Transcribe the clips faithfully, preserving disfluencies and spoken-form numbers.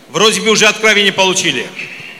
Вроде бы уже откровение получили.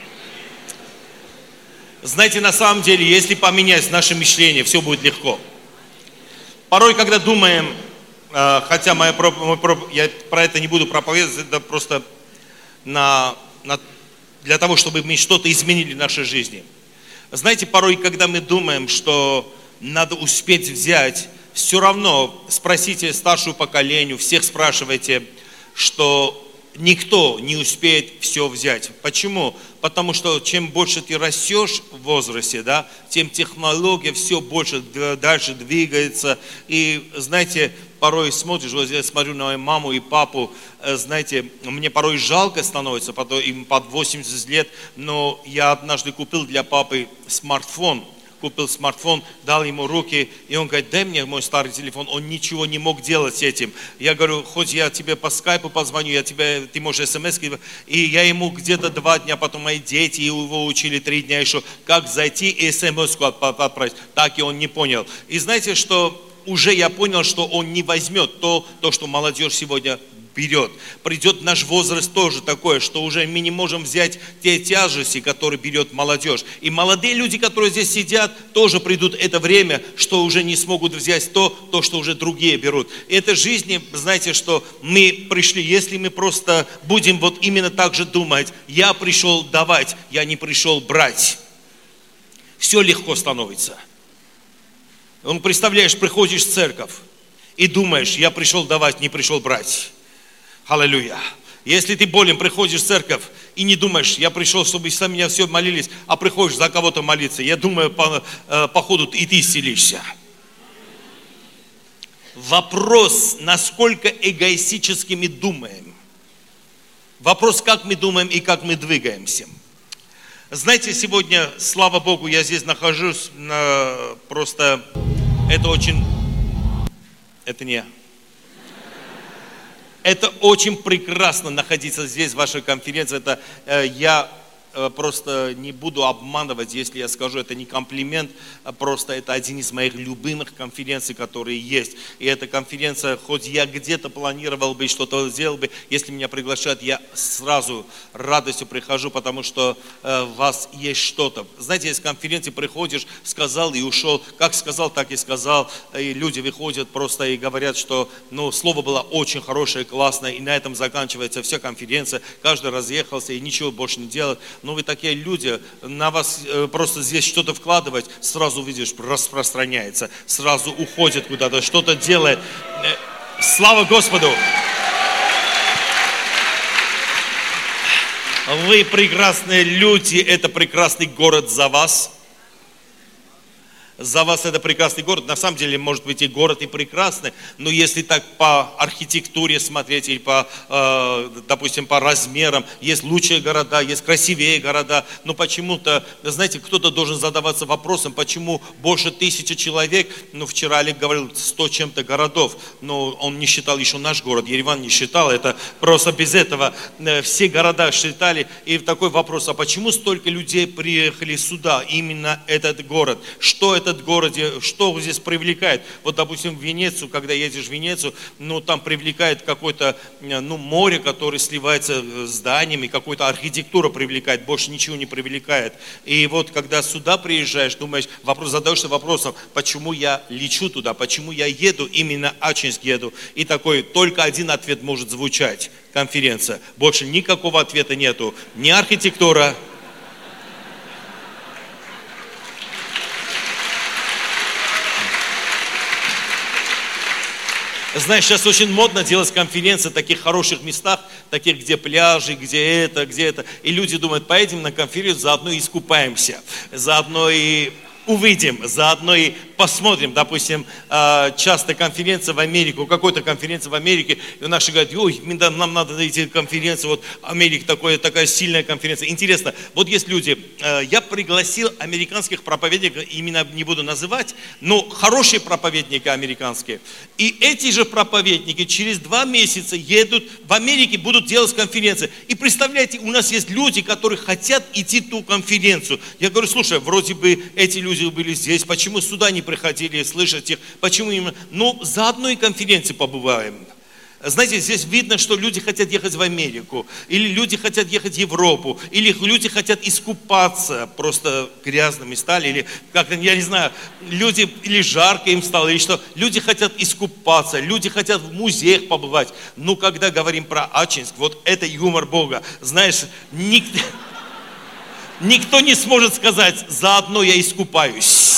Знаете, на самом деле, если поменять наше мышление, все будет легко. Порой, когда думаем, хотя моя, я про это не буду проповедовать, это просто на, на, для того, чтобы мы что-то изменили в нашей жизни. Знаете, порой, когда мы думаем, что надо успеть взять, все равно спросите старшую поколению, всех спрашивайте, что никто не успеет все взять. Почему? Потому что чем больше ты растешь в возрасте, да, тем технология все больше дальше двигается. И знаете, порой смотришь, вот я смотрю на мою маму и папу, знаете, мне порой жалко становится, им под восемьдесят лет, но я однажды купил для папы смартфон. Купил смартфон, дал ему руки, и он говорит, дай мне мой старый телефон. Он ничего не мог делать с этим. Я говорю, хоть я тебе по скайпу позвоню, я тебе, ты можешь смс. И я ему где-то два дня, потом мои дети его учили три дня еще, как зайти и смс-ку отправить. Так и он не понял. И знаете, что уже я понял, что он не возьмет то, то что молодежь сегодня берет. Придет наш возраст тоже такой, что уже мы не можем взять те тяжести, которые берет молодежь. И молодые люди, которые здесь сидят, тоже придут это время, что уже не смогут взять то, то, что уже другие берут. И это жизнь, знаете, что мы пришли, если мы просто будем вот именно так же думать, я пришел давать, я не пришел брать. Все легко становится. Он, представляешь, приходишь в церковь и думаешь, я пришел давать, не пришел брать. Аллилуйя. Если ты болен, приходишь в церковь и не думаешь, я пришел, чтобы за меня все молились, а приходишь за кого-то молиться. Я думаю, по, по ходу и ты исцелишься. Вопрос, насколько эгоистически мы думаем. Вопрос, как мы думаем и как мы двигаемся. Знаете, сегодня, слава Богу, я здесь нахожусь, на, просто это очень, это не... Это очень прекрасно находиться здесь, в вашей конференции. Это э, я э, просто не буду обманывать, если я скажу, это не комплимент, а просто это один из моих любимых конференций, которые есть. И эта конференция, хоть я где-то планировал бы, что-то сделал бы, если меня приглашают, я сразу радостью прихожу, потому что э, у вас есть что-то. Знаете, из конференции приходишь, сказал и ушел. Как сказал, так и сказал. И люди выходят просто и говорят, что ну, слово было очень хорошее, классное, и на этом заканчивается вся конференция. Каждый разъехался и ничего больше не делает. Но вы такие люди, на вас э, просто здесь что-то вкладывать, сразу видишь, распространяется, сразу уходит куда-то, что-то делает. Э, слава Господу! Вы прекрасные люди, это прекрасный город за вас. За вас это прекрасный город. На самом деле, может быть, и город и прекрасный, но если так по архитектуре смотреть, или по, э, допустим, по размерам, есть лучшие города, есть красивее города, но почему-то, знаете, кто-то должен задаваться вопросом, почему больше тысячи человек, ну, вчера Олег говорил, сто чем-то городов, но он не считал еще наш город, Ереван не считал, это просто без этого э, все города считали, и такой вопрос, а почему столько людей приехали сюда, именно этот город, что это этот городе, что здесь привлекает? Вот, допустим, в Венецию, когда едешь в Венецию, ну, там привлекает какое-то, ну, море, которое сливается с зданиями, какая-то архитектура привлекает, больше ничего не привлекает. И вот, когда сюда приезжаешь, думаешь, вопрос, задаешься вопросом, почему я лечу туда, почему я еду, именно Ачинск еду. И такой, только один ответ может звучать, конференция. Больше никакого ответа нету. Ни архитектура, знаешь, сейчас очень модно делать конференции в таких хороших местах, таких, где пляжи, где это, где это. И люди думают, поедем на конференцию, заодно и искупаемся, заодно и увидим, заодно и посмотрим. Допустим, часто конференция в Америку, какой-то конференция в Америке, и наши говорят, ой, нам надо найти конференцию, вот Америка такая, такая сильная конференция. Интересно, вот есть люди, я пригласил американских проповедников, именно не буду называть, но хорошие проповедники американские. И эти же проповедники через два месяца едут в Америке, будут делать конференции. И представляете, у нас есть люди, которые хотят идти в ту конференцию. Я говорю, слушай, вроде бы эти люди были здесь, почему сюда не приходили слышать их, почему именно, ну, за одной конференции побываем. Знаете, здесь видно, что люди хотят ехать в Америку, или люди хотят ехать в Европу, или люди хотят искупаться, просто грязными стали, или как-то, я не знаю, люди, или жарко им стало, или что. Люди хотят искупаться, люди хотят в музеях побывать. Но когда говорим про Ачинск, вот это юмор Бога. Знаешь, никто, никто не сможет сказать, заодно я искупаюсь.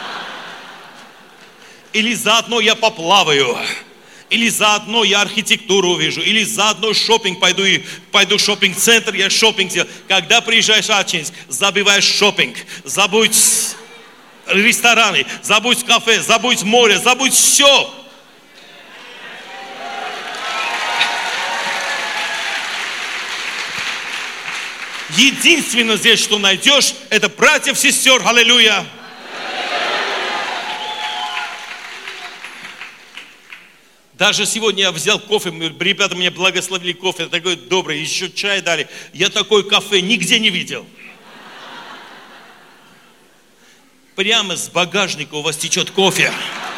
Или заодно я поплаваю. Или заодно я архитектуру увижу, или заодно шопинг пойду, и пойду в шопинг-центр, я шопинг сделаю. Когда приезжаешь в Ачинск, забываешь шопинг, забудь рестораны, забудь кафе, забудь море, забудь все. Единственное здесь, что найдешь, это братьев, сестер, аллилуйя. Даже сегодня я взял кофе, ребята мне благословили кофе, такой добрый, еще чай дали. Я такой кафе нигде не видел. Прямо с багажника у вас течет кофе.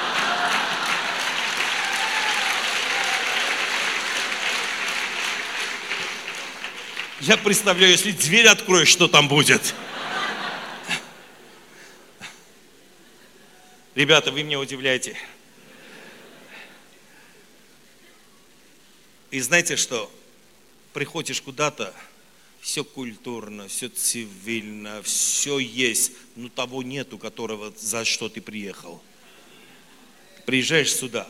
Я представляю, если дверь откроешь, что там будет. Ребята, вы меня удивляете. И знаете что? Приходишь куда-то, все культурно, все цивильно, все есть, но того нету, которого, за что ты приехал. Приезжаешь сюда,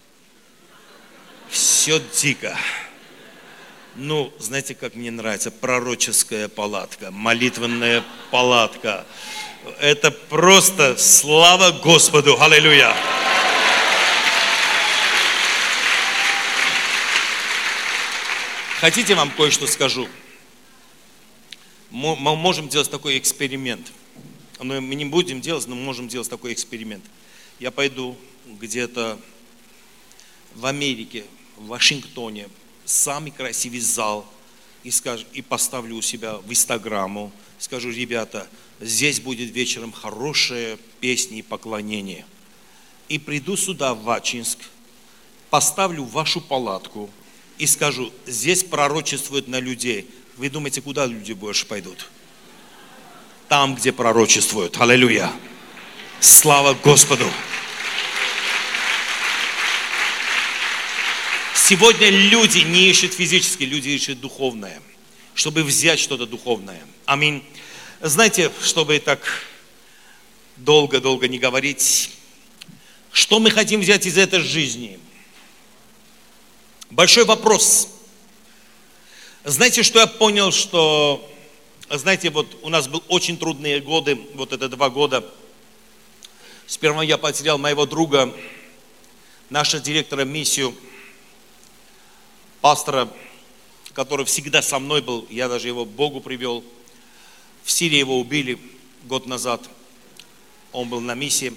все дико. Ну, знаете, как мне нравится? Пророческая палатка, молитвенная палатка. Это просто слава Господу, аллилуйя. Хотите, вам кое-что скажу? Мы можем делать такой эксперимент. Но мы не будем делать, но можем делать такой эксперимент. Я пойду где-то в Америке, в Вашингтоне, самый красивый зал, и, скажу, и поставлю у себя в Инстаграму, скажу, ребята, здесь будет вечером хорошие песни и поклонение. И приду сюда, в Ачинск, поставлю вашу палатку, и скажу, здесь пророчествуют на людей. Вы думаете, куда люди больше пойдут? Там, где пророчествуют. Аллилуйя. Слава Господу. Сегодня люди не ищут физически, люди ищут духовное. Чтобы взять что-то духовное. Аминь. Знаете, чтобы так долго-долго не говорить, что мы хотим взять из этой жизни? Большой вопрос. Знаете, что я понял, что, знаете, вот у нас были очень трудные годы, вот это два года. Сперва я потерял моего друга, нашего директора миссию, пастора, который всегда со мной был, я даже его к Богу привел. В Сирии его убили год назад, он был на миссии.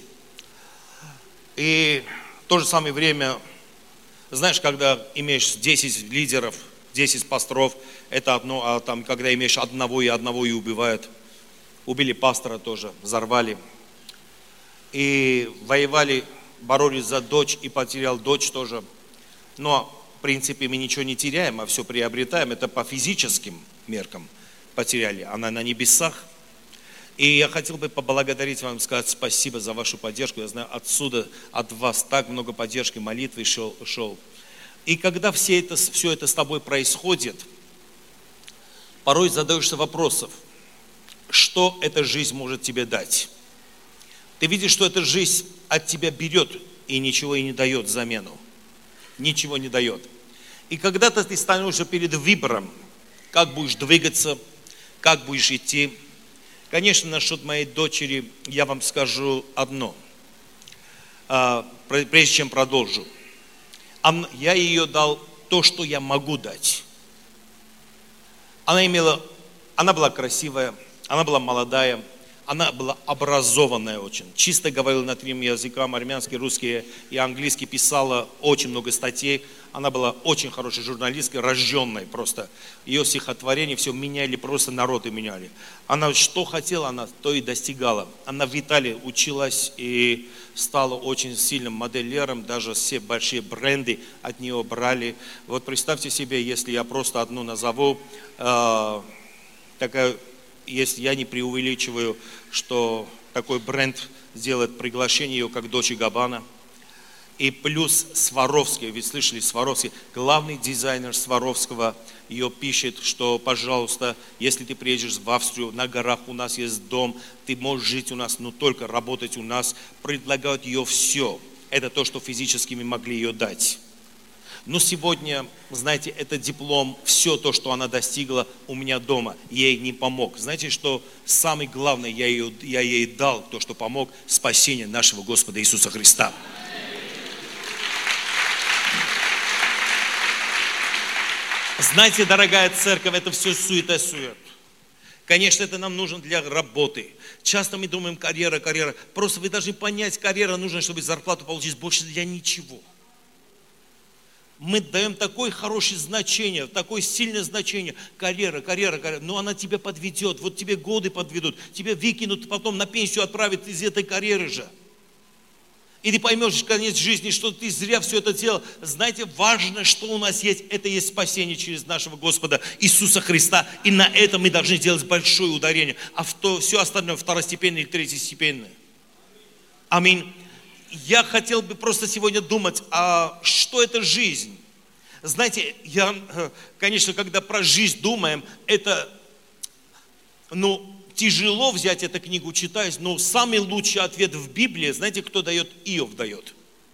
И в то же самое время... Знаешь, когда имеешь десять лидеров, десять пасторов, это одно, а там, когда имеешь одного и одного и убивают. Убили пастора тоже, взорвали. И воевали, боролись за дочь и потерял дочь тоже. Но, в принципе, мы ничего не теряем, а все приобретаем. Это по физическим меркам потеряли. Она на небесах. И я хотел бы поблагодарить вам, сказать спасибо за вашу поддержку. Я знаю, отсюда, от вас так много поддержки, молитвы шел. шел. И когда все это, все это с тобой происходит, порой задаешься вопросом, что эта жизнь может тебе дать. Ты видишь, что эта жизнь от тебя берет и ничего и не дает замену. Ничего не дает. И когда-то ты становишься перед выбором, как будешь двигаться, как будешь идти. Конечно, насчет моей дочери я вам скажу одно, прежде чем продолжу. Я ее дал то, что я могу дать. Она имела, она была красивая, она была молодая, Она была образованная очень. Чисто говорила на три языка, армянский, русский и английский. Писала очень много статей. Она была очень хорошей журналисткой, рожденной просто. Ее стихотворения все меняли, просто народы меняли. Она что хотела, она то и достигала. Она в Италии училась и стала очень сильным модельером. Даже все большие бренды от нее брали. Вот представьте себе, если я просто одну назову, э, такая... Если я не преувеличиваю, что такой бренд сделает приглашение ее как Дольче Габбана. И плюс Сваровский, вы слышали, Сваровский, главный дизайнер Сваровского, ее пишет, что, пожалуйста, если ты приедешь в Австрию, на горах у нас есть дом, ты можешь жить у нас, но только работать у нас. Предлагают ее все. Это то, что физически мы могли ее дать. Но сегодня, знаете, этот диплом, все то, что она достигла у меня дома, ей не помог. Знаете, что самое главное, я, ее, я ей дал то, что помог, спасение нашего Господа Иисуса Христа. Знаете, дорогая церковь, это все суета-сует. Конечно, это нам нужно для работы. Часто мы думаем, карьера, карьера. Просто вы должны понять, карьера нужна, чтобы зарплату получить больше для ничего. Мы даем такое хорошее значение, такое сильное значение. Карьера, карьера, карьера. Но она тебя подведет. Вот тебе годы подведут. Тебя выкинут, потом на пенсию отправят из этой карьеры же. И ты поймешь в конец жизни, что ты зря все это делал. Знаете, важно, что у нас есть. Это есть спасение через нашего Господа Иисуса Христа. И на этом мы должны делать большое ударение. А в то, все остальное второстепенное и третьестепенное. Аминь. Я хотел бы просто сегодня думать, а что это жизнь? Знаете, я, конечно, когда про жизнь думаем, это, ну, тяжело взять эту книгу, читать, но самый лучший ответ в Библии, знаете, кто дает? Иов дает.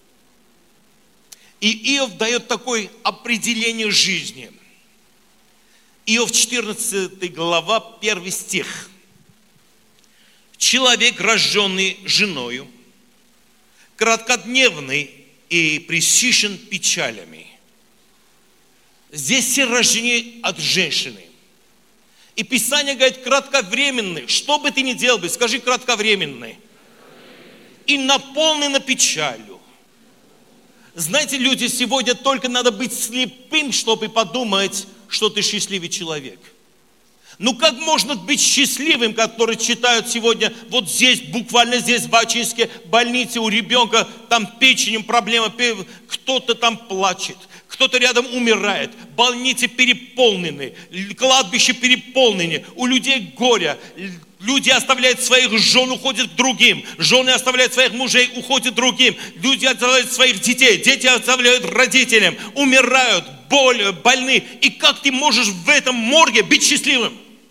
И Иов дает такое определение жизни. Иов четырнадцатая глава, первый стих. Человек, рожденный женою, краткодневный и пресыщен печалями. Здесь все рождены от женщины. И Писание говорит, кратковременный. Что бы ты ни делал, бы, скажи кратковременный. И наполнено печалью. Знаете, люди, сегодня только надо быть слепым, чтобы подумать, что ты счастливый человек. Ну как можно быть счастливым, который читают сегодня, вот здесь, буквально здесь, в Ачинске, больнице у ребенка, там печенью проблема, кто-то там плачет, кто-то рядом умирает, больницы переполнены, кладбища переполнены, у людей горе, люди оставляют своих жен, уходят к другим, жены оставляют своих мужей, уходят к другим, люди оставляют своих детей, дети оставляют родителям, умирают, боль, больны. И как ты можешь в этом морге быть счастливым?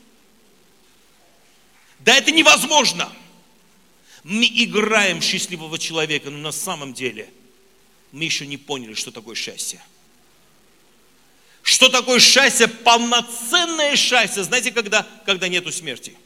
Да это невозможно. Мы играем счастливого человека, но на самом деле мы еще не поняли, что такое счастье. Что такое счастье? Полноценное счастье. Знаете, когда, когда нету смерти.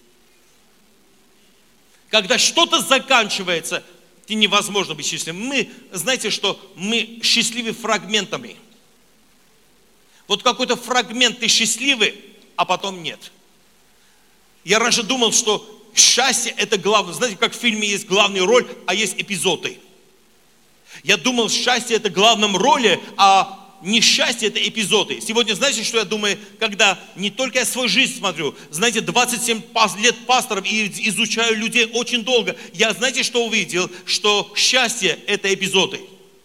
Когда что-то заканчивается, и невозможно быть счастливым. Мы, знаете, что мы счастливы фрагментами. Вот какой-то фрагмент ты счастливый, а потом нет. Я раньше думал, что счастье это главное. Знаете, как в фильме есть главная роль, а есть эпизоды. Я думал, счастье это главная роль, а несчастье это эпизоды. Сегодня знаете, что я думаю, когда не только я свою жизнь смотрю, знаете, двадцать семь лет пастором и изучаю людей очень долго, я знаете, что увидел? Что счастье это эпизоды.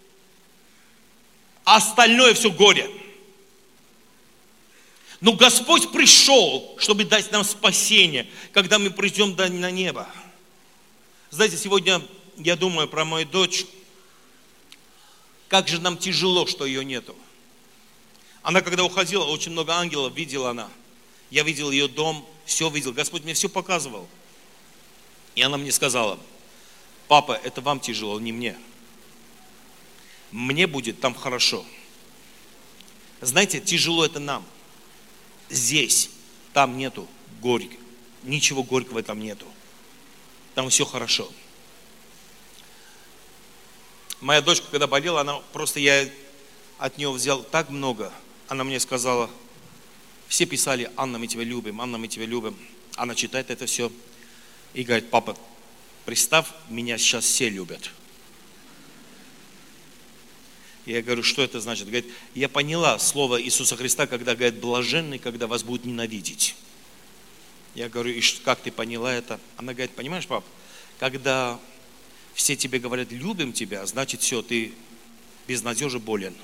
А остальное все горе. Но Господь пришел, чтобы дать нам спасение, когда мы придем на небо. Знаете, сегодня я думаю про мою дочь. Как же нам тяжело, что ее нету. Она когда уходила, очень много ангелов видела она. Я видел ее дом, все видел. Господь мне все показывал. И она мне сказала, папа, это вам тяжело, не мне. Мне будет там хорошо. Знаете, тяжело это нам. Здесь, там нету горько, ничего горького там нету. Там все хорошо. Моя дочка, когда болела, она просто, я от нее взял так много. Она мне сказала, все писали, Анна, мы тебя любим, Анна, мы тебя любим. Она читает это все. И говорит: папа, представь, меня сейчас все любят. Я говорю: что это значит? Говорит: я поняла слово Иисуса Христа, когда говорит: блаженны, когда вас будут ненавидеть. Я говорю: и как ты поняла это? Она говорит: понимаешь, пап, когда все тебе говорят: любим тебя, значит все, ты безнадежно болен.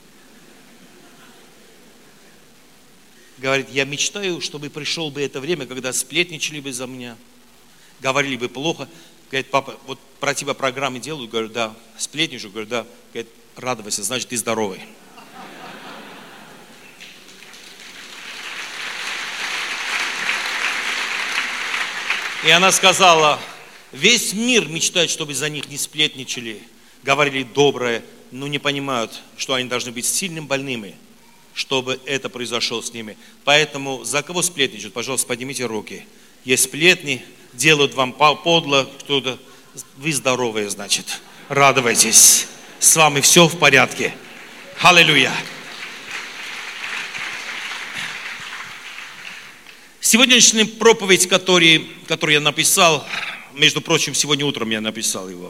Говорит: я мечтаю, чтобы пришел бы это время, когда сплетничали бы за меня, говорили бы плохо. Говорит: папа, вот про тебя программы делаю. Говорю: да. Сплетничаю? Говорю: да. Говорит: радуйся, значит ты здоровый. И она сказала: весь мир мечтает, чтобы за них не сплетничали, говорили доброе, но не понимают, что они должны быть сильным больными, чтобы это произошло с ними. Поэтому за кого сплетничают, пожалуйста, поднимите руки. Есть сплетни, делают вам подло, кто-то. Вы здоровые, значит. Радуйтесь. С вами все в порядке. Аллилуйя. Сегодняшняя проповедь, которую, которую я написал, между прочим, сегодня утром я написал его,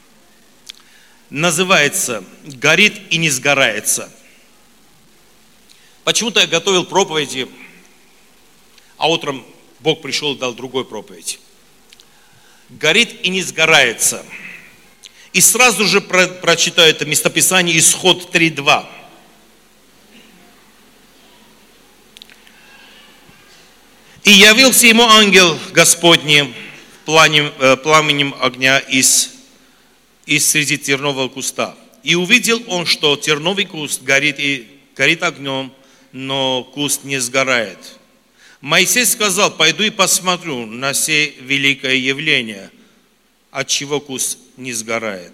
называется «Горит и не сгорается». Почему-то я готовил проповеди, а утром Бог пришел и дал другую проповедь. «Горит и не сгорается». И сразу же про, прочитаю это местописание, Исход три два. «И явился ему ангел Господний пламенем, пламенем огня из, из среди тернового куста. И увидел он, что терновый куст горит, и, горит огнем, но куст не сгорает. Моисей сказал: пойду и посмотрю на сие великое явление, отчего куст не сгорает».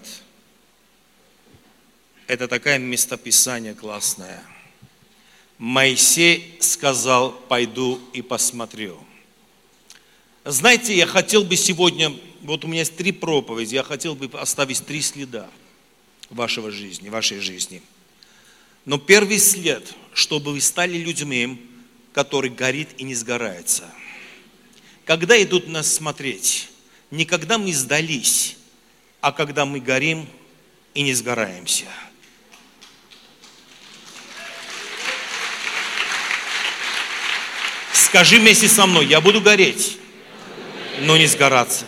Это такое местописание классное. Моисей сказал: пойду и посмотрю. Знаете, я хотел бы сегодня, вот у меня есть три проповеди, я хотел бы оставить три следа вашего жизни, вашей жизни. Но первый след, чтобы вы стали людьми, который горит и не сгорается. Когда идут нас смотреть, не когда мы сдались, а когда мы горим и не сгораемся. Скажи вместе со мной: я буду гореть, но не сгораться.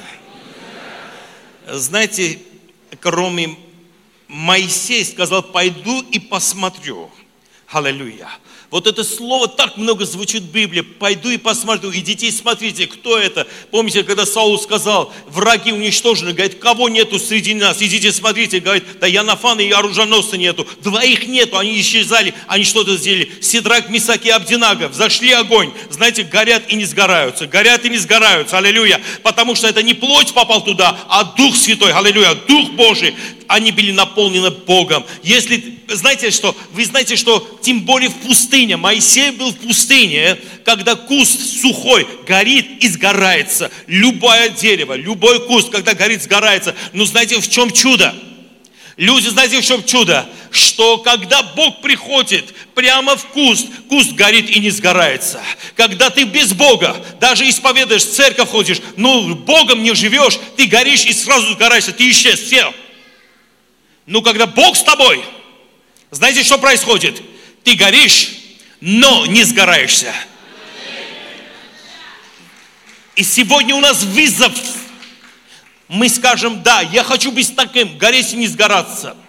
Знаете, кроме Моисей сказал: пойду и посмотрю. Аллилуйя. Вот это слово так много звучит в Библии. Пойду и посмотрю. Идите и смотрите, кто это. Помните, когда Саул сказал: враги уничтожены. Говорит: кого нету среди нас? Идите смотрите. Говорит: да Иоаннафана и оруженосца нету. Двоих нету, они исчезали. Они что-то сделали. Сидрак, Мисак и Абдинага взошли огонь. Знаете, горят и не сгораются. Горят и не сгораются. Аллилуйя. Потому что это не плоть попал туда, а Дух Святой. Аллилуйя. Дух Божий. Они были наполнены Богом. Если, знаете что, вы знаете, что тем более в пустыне, Моисей был в пустыне, когда куст сухой горит и сгорается. Любое дерево, любой куст, когда горит, сгорается. Но знаете, в чем чудо? Люди, знаете, в чем чудо? Что когда Бог приходит прямо в куст, куст горит и не сгорается. Когда ты без Бога, даже исповедуешь, в церковь ходишь, но Богом не живешь, ты горишь и сразу сгораешься, ты исчез, все. Но когда Бог с тобой, знаете, что происходит? Ты горишь, но не сгораешься. И сегодня у нас вызов. Мы скажем: да, я хочу быть таким, гореть и не сгораться.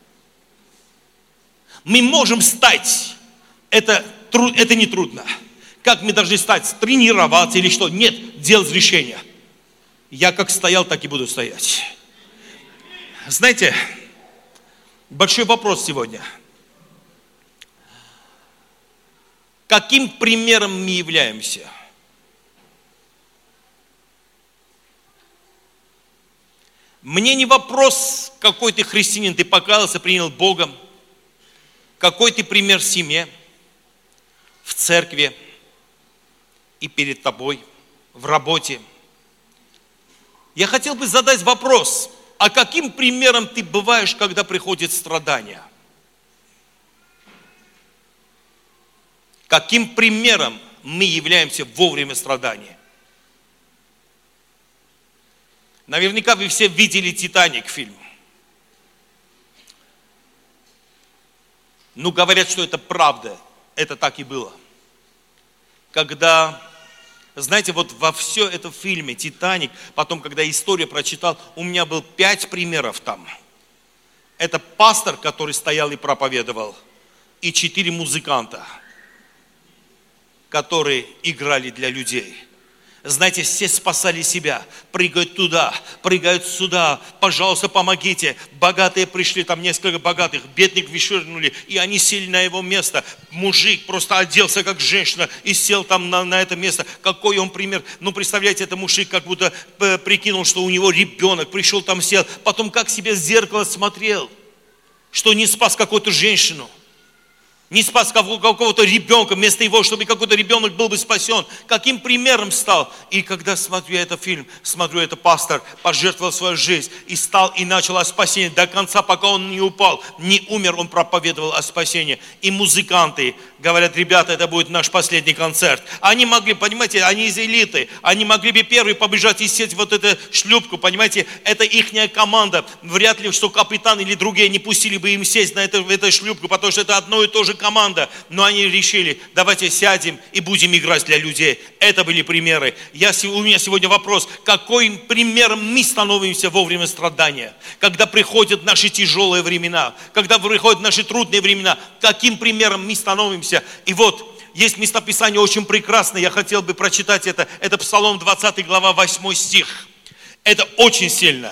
Мы можем стать. Это, это не трудно. Как мы должны стать? Тренироваться или что? Нет, делать решение. Я как стоял, так и буду стоять. Знаете, большой вопрос сегодня. Каким примером мы являемся? Мне не вопрос, какой ты христианин, ты покаялся, принял Бога, какой ты пример в семье, в церкви и перед тобой, в работе. Я хотел бы задать вопрос: а каким примером ты бываешь, когда приходит страдание? Каким примером мы являемся во время страдания? Наверняка вы все видели «Титаник» фильм. Ну, говорят, что это правда. Это так и было. Когда, знаете, вот во все это в фильме «Титаник», потом, когда историю прочитал, у меня был пять примеров там. Это пастор, который стоял и проповедовал, и четыре музыканта, которые играли для людей. Знаете, все спасали себя, прыгают туда, прыгают сюда, пожалуйста, помогите. Богатые пришли, там несколько богатых, бедных вышвырнули, и они сели на его место. Мужик просто оделся как женщина и сел там на, на это место. Какой он пример? Ну, представляете, это мужик как будто прикинул, что у него ребенок, пришел там, сел, потом как себе в зеркало смотрел, что не спас какую-то женщину. Не спас какого-то ребенка, вместо его, чтобы какой-то ребенок был бы спасен. Каким примером стал? И когда смотрю этот фильм, смотрю, это пастор пожертвовал свою жизнь и стал и начал о спасении. До конца, пока он не упал, не умер, он проповедовал о спасении. И музыканты говорят: ребята, это будет наш последний концерт. Они могли, понимаете, они из элиты, они могли бы первые побежать и сесть вот эту шлюпку, понимаете, это ихняя команда. Вряд ли, что капитан или другие не пустили бы им сесть на эту, эту шлюпку, потому что это одно и то же команда, но они решили: давайте сядем и будем играть для людей. Это были примеры. Я, у меня сегодня вопрос: каким примером мы становимся во время страдания? Когда приходят наши тяжелые времена, когда приходят наши трудные времена, каким примером мы становимся? И вот, есть местописание очень прекрасное, я хотел бы прочитать это. Это Псалом двадцатая глава, восьмой стих. Это очень сильно.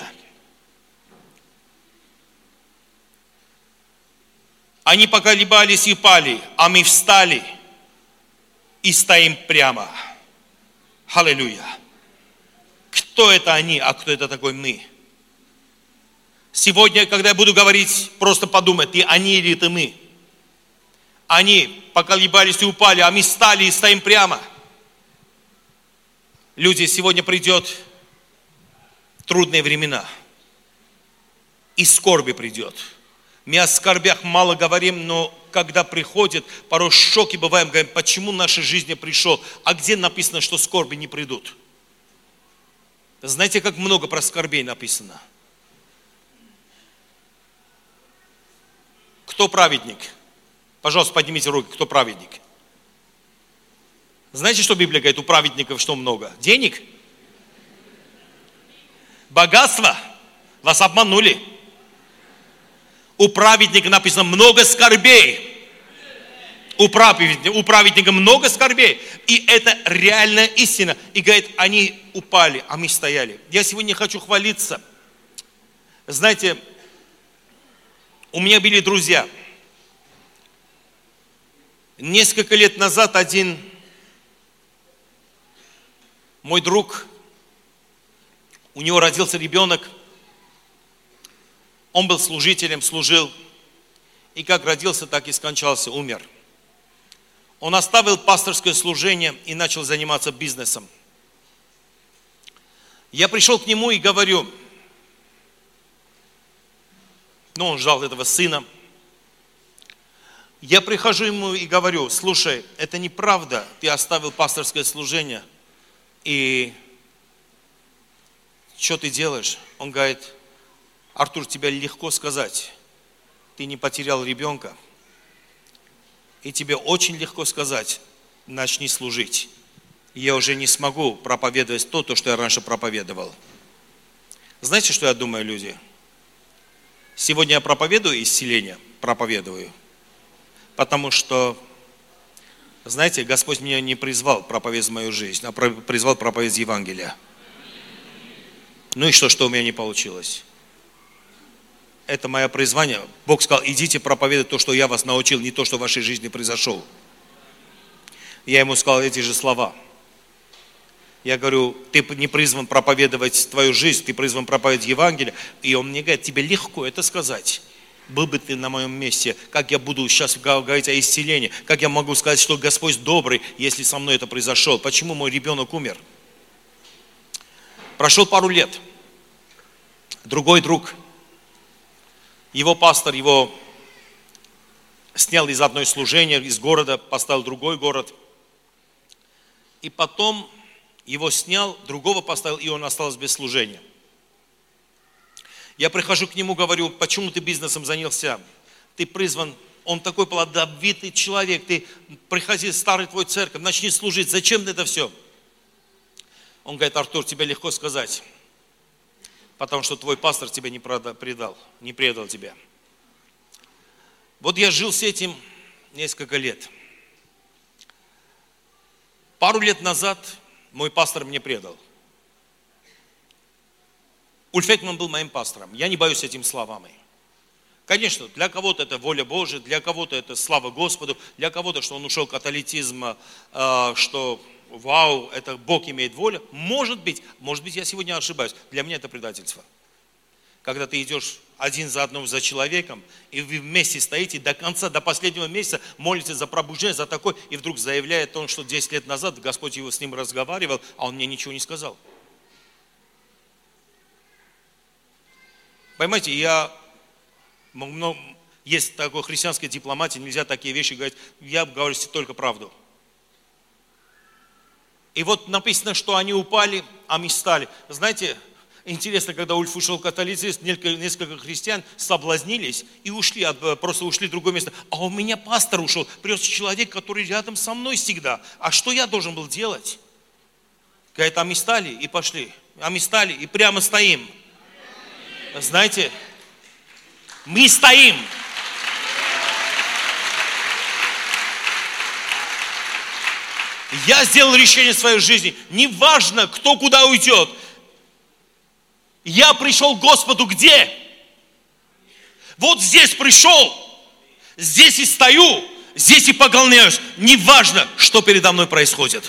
Они поколебались и пали, а мы встали и стоим прямо. Аллилуйя. Кто это они, а кто это такой мы? Сегодня, когда я буду говорить, просто подумай, ты они или ты мы? Они поколебались и упали, а мы встали и стоим прямо. Люди, сегодня придет трудные времена. И скорби придет. Мы о скорбях мало говорим, но когда приходит, порой в шоке бываем, говорим: почему в нашей жизни пришел, а где написано, что скорби не придут? Знаете, как много про скорбей написано? Кто праведник? Пожалуйста, поднимите руки, кто праведник? Знаете, что Библия говорит? У праведников что много? Денег? Богатство? Вас обманули. У праведника написано: много скорбей. У праведника, у праведника много скорбей. И это реальная истина. И говорит, они упали, а мы стояли. Я сегодня хочу хвалиться. Знаете, у меня были друзья. Несколько лет назад один мой друг, у него родился ребенок. Он был служителем, служил, и как родился, так и скончался, умер. Он оставил пасторское служение и начал заниматься бизнесом. Я пришел к нему и говорю, ну, он ждал этого сына. Я прихожу ему и говорю: слушай, это неправда, ты оставил пасторское служение, и что ты делаешь? Он говорит: Артур, тебе легко сказать, ты не потерял ребенка, и тебе очень легко сказать: начни служить. Я уже не смогу проповедовать то, то, что я раньше проповедовал. Знаете, что я думаю, люди? Сегодня я проповедую исцеление, проповедую, потому что, знаете, Господь меня не призвал проповедовать мою жизнь, а призвал проповедовать Евангелие. Ну и что, что у меня не получилось? Это мое призвание. Бог сказал: идите проповедовать то, что я вас научил, не то, что в вашей жизни произошло. Я ему сказал эти же слова. Я говорю: ты не призван проповедовать твою жизнь, ты призван проповедовать Евангелие. И он мне говорит: тебе легко это сказать. Был бы ты на моем месте, как я буду сейчас говорить о исцелении, как я могу сказать, что Господь добрый, если со мной это произошло. Почему мой ребенок умер? Прошел пару лет. Другой друг, его пастор, его снял из одной служения, из города, поставил в другой город. И потом его снял, другого поставил, и он остался без служения. Я прихожу к нему, говорю, почему ты бизнесом занялся? Ты призван, он такой плодовитый человек, ты приходи в старый твой церковь, начни служить, зачем это все? Он говорит, Артур, тебе легко сказать, потому что твой пастор тебя не предал, не предал тебя. Вот я жил с этим несколько лет. Пару лет назад мой пастор мне предал. Ульф Экман был моим пастором. Я не боюсь этим словами. Конечно, для кого-то это воля Божия, для кого-то это слава Господу, для кого-то, что он ушел в католицизм, что вау, это Бог имеет волю. Может быть, может быть, я сегодня ошибаюсь. Для меня это предательство. Когда ты идешь один за одним за человеком, и вы вместе стоите до конца, до последнего месяца, молитесь за пробуждение, за такое, и вдруг заявляет он, что десять лет назад Господь его с ним разговаривал, а он мне ничего не сказал. Понимаете, я, ну, есть такой христианской дипломатии, нельзя такие вещи говорить, я говорю только правду. И вот написано, что они упали, а мы стали. Знаете, интересно, когда Ульф ушел в католицизм, несколько христиан соблазнились и ушли, просто ушли в другое место. А у меня пастор ушел, привез человек, который рядом со мной всегда. А что я должен был делать? Говорит, а мы стали и пошли. А мы стали и прямо стоим. Знаете, мы стоим. Я сделал решение в своей жизни. Неважно, кто куда уйдет. Я пришел к Господу где? Вот здесь пришел. Здесь и стою. Здесь и поклоняюсь. Неважно, что передо мной происходит.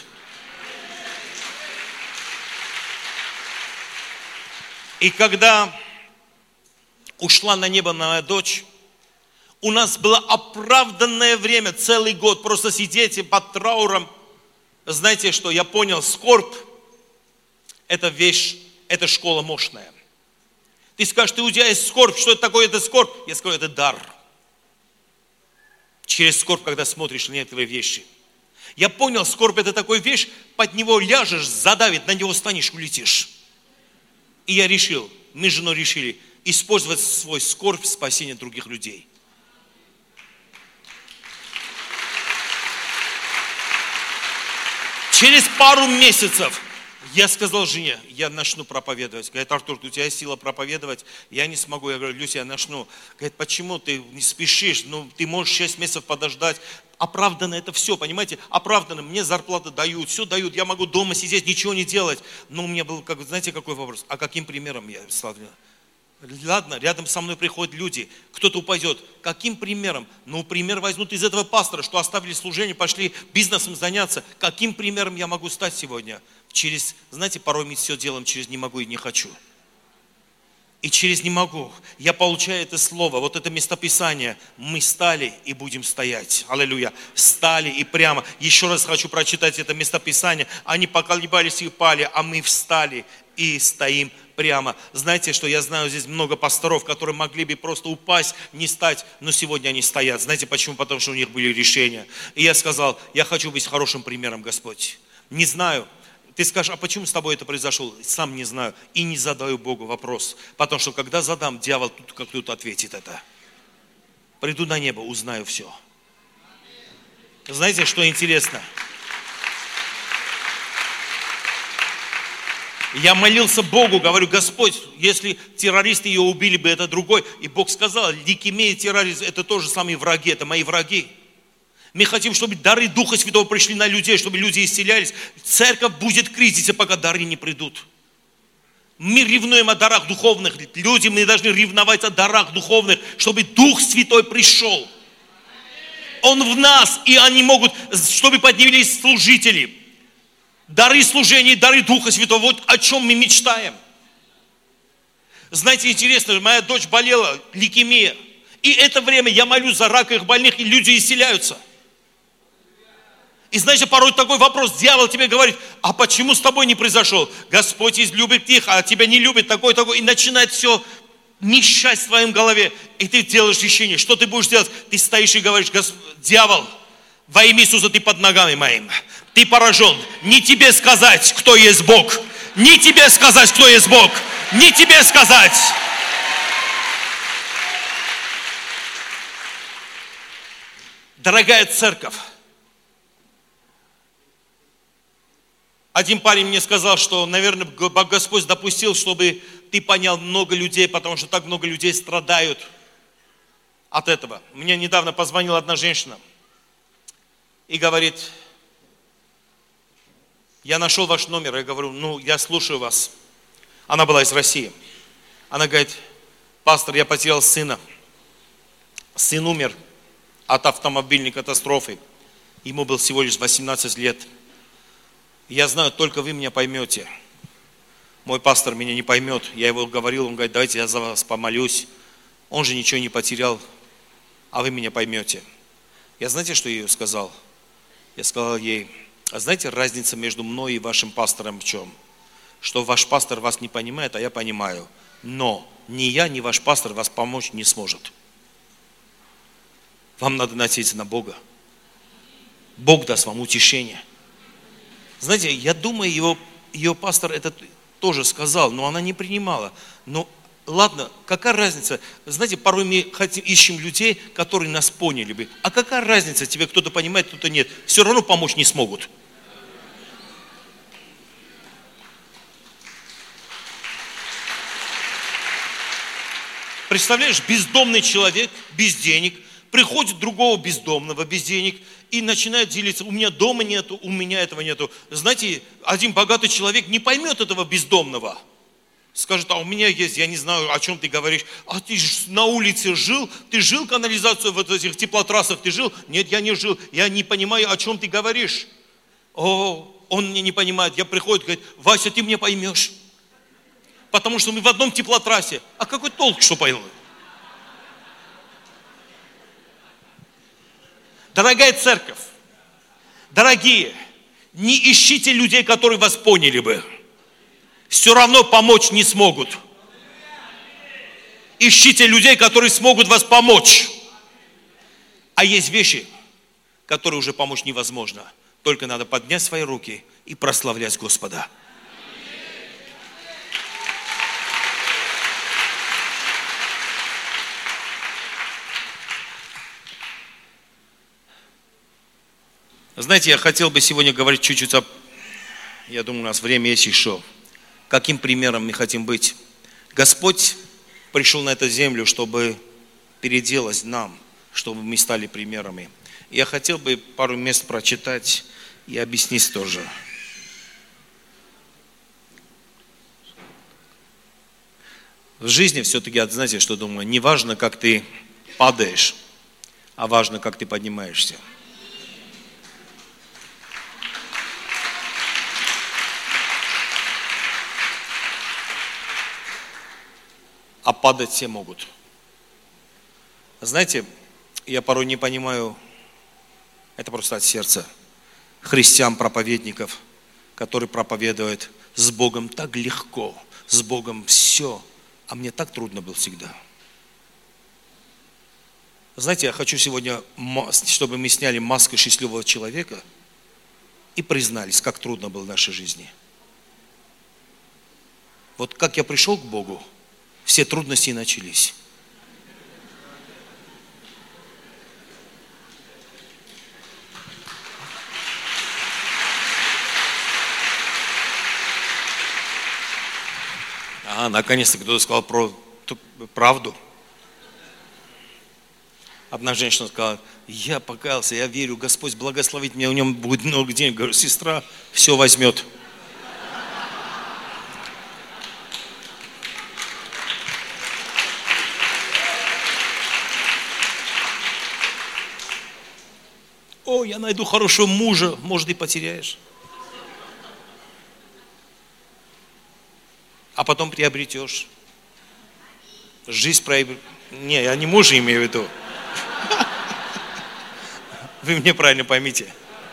И когда ушла на небо моя дочь, у нас было оправданное время, целый год, просто сидеть под трауром. Знаете что, я понял, скорбь – это вещь, это школа мощная. Ты скажешь, ты у тебя есть скорбь, что это такое, это скорбь? Я скажу, это дар. Через скорбь, когда смотришь на некоторые вещи. Я понял, скорбь – это такая вещь, под него ляжешь, задавит, на него станешь, улетишь. И я решил, мы с женой решили, использовать свой скорбь в спасении других людей. Через пару месяцев я сказал жене, я начну проповедовать. Говорит, Артур, у тебя есть сила проповедовать, я не смогу. Я говорю, Люся, я начну. Говорит, почему ты не спешишь? Ну, ты можешь шесть месяцев подождать. Оправданно это все, понимаете? Оправданно. Мне зарплату дают, все дают. Я могу дома сидеть, ничего не делать. Но у меня был, как, знаете, какой вопрос? А каким примером я ставлю? Ладно, рядом со мной приходят люди, кто-то упадет. Каким примером? Ну, пример возьмут из этого пастора, что оставили служение, пошли бизнесом заняться. Каким примером я могу стать сегодня? Через, знаете, порой мы все делаем через «не могу» и «не хочу». И через «не могу» я получаю это слово, вот это местописание. Мы стали и будем стоять. Аллилуйя. Стали и прямо. Еще раз хочу прочитать это местописание. Они поколебались и упали, а мы встали и стоим прямо. Знаете, что я знаю здесь много пасторов, которые могли бы просто упасть, не стать, но сегодня они стоят. Знаете почему? Потому что у них были решения. И я сказал, я хочу быть хорошим примером, Господь. Не знаю. Ты скажешь, а почему с тобой это произошло? Сам не знаю. И не задаю Богу вопрос. Потому что когда задам, дьявол тут как тут ответит это. Приду на небо, узнаю все. Знаете, что интересно? Я молился Богу, говорю, Господь, если террористы ее убили бы, это другой. И Бог сказал, лейкемия и терроризм, это тоже самые враги, это мои враги. Мы хотим, чтобы дары Духа Святого пришли на людей, чтобы люди исцелялись. Церковь будет в кризисе, пока дары не придут. Мы ревнуем о дарах духовных. Люди, мы должны ревновать о дарах духовных, чтобы Дух Святой пришел. Он в нас, и они могут, чтобы поднялись служители. Дары служения, дары Духа Святого. Вот о чем мы мечтаем. Знаете, интересно, моя дочь болела, лейкемия. И это время я молюсь за раковых больных, и люди исцеляются. И знаете, порой такой вопрос, дьявол тебе говорит, а почему с тобой не произошел? Господь любит их, а тебя не любит, такой-такой. И начинает все мешать в твоем голове. И ты делаешь решение, что ты будешь делать? Ты стоишь и говоришь, дьявол, во имя Иисуса ты под ногами моим. Ты поражен. Не тебе сказать, кто есть Бог. Не тебе сказать, кто есть Бог. Не тебе сказать. Дорогая церковь, один парень мне сказал, что, наверное, Господь допустил, чтобы ты понял много людей, потому что так много людей страдают от этого. Мне недавно позвонила одна женщина и говорит: я нашел ваш номер. Я говорю: ну, я слушаю вас. Она была из России. Она говорит: пастор, я потерял сына. Сын умер от автомобильной катастрофы. Ему было всего лишь восемнадцать лет. Я знаю, только вы меня поймете. Мой пастор меня не поймет. Я его говорил, он говорит: давайте я за вас помолюсь. Он же ничего не потерял, а вы меня поймете. Я знаете, что я ей сказал? Я сказал ей: а знаете, разница между мной и вашим пастором в чем? Что ваш пастор вас не понимает, а я понимаю. Но ни я, ни ваш пастор вас помочь не сможет. Вам надо надеяться на Бога. Бог даст вам утешение. Знаете, я думаю, его, ее пастор это тоже сказал, но она не принимала. Но ладно, какая разница? Знаете, порой мы хотим, ищем людей, которые нас поняли бы. А какая разница, тебе кто-то понимает, кто-то нет? Все равно помочь не смогут. Представляешь, бездомный человек, без денег, приходит другого бездомного, без денег, и начинает делиться: у меня дома нету, у меня этого нету. Знаете, один богатый человек не поймет этого бездомного. Скажет: а у меня есть, я не знаю, о чем ты говоришь. А ты на улице жил? Ты жил канализацию в этих теплотрассах? Ты жил? Нет, я не жил. Я не понимаю, о чем ты говоришь. О, он меня не понимает. Я приходит, говорит: Вася, ты меня поймешь. Потому что мы в одном теплотрассе. А какой толк, что понял? Дорогая церковь, дорогие, не ищите людей, которые вас поняли бы. Все равно помочь не смогут. Ищите людей, которые смогут вас помочь. А есть вещи, которые уже помочь невозможно. Только надо поднять свои руки и прославлять Господа. Знаете, я хотел бы сегодня говорить чуть-чуть о... Я думаю, у нас время есть еще. Каким примером мы хотим быть? Господь пришел на эту землю, чтобы переделать нам, чтобы мы стали примерами. Я хотел бы пару мест прочитать и объяснить тоже. В жизни все-таки, знаете, что думаю, не важно, как ты падаешь, а важно, как ты поднимаешься. А падать все могут. Знаете, я порой не понимаю, это просто от сердца, христиан-проповедников, которые проповедуют: с Богом так легко, с Богом все, а мне так трудно было всегда. Знаете, я хочу сегодня, чтобы мы сняли маску счастливого человека и признались, как трудно было в нашей жизни. Вот как я пришел к Богу, все трудности начались. А, наконец-то кто-то сказал про правду. Одна женщина сказала: я покаялся, я верю, Господь благословит меня, у него будет много денег. Говорю: сестра, все возьмет. О, я найду хорошего мужа, может, и потеряешь. А потом приобретешь. Жизнь проявит. Не, я не мужа имею в виду. Вы меня правильно поймите.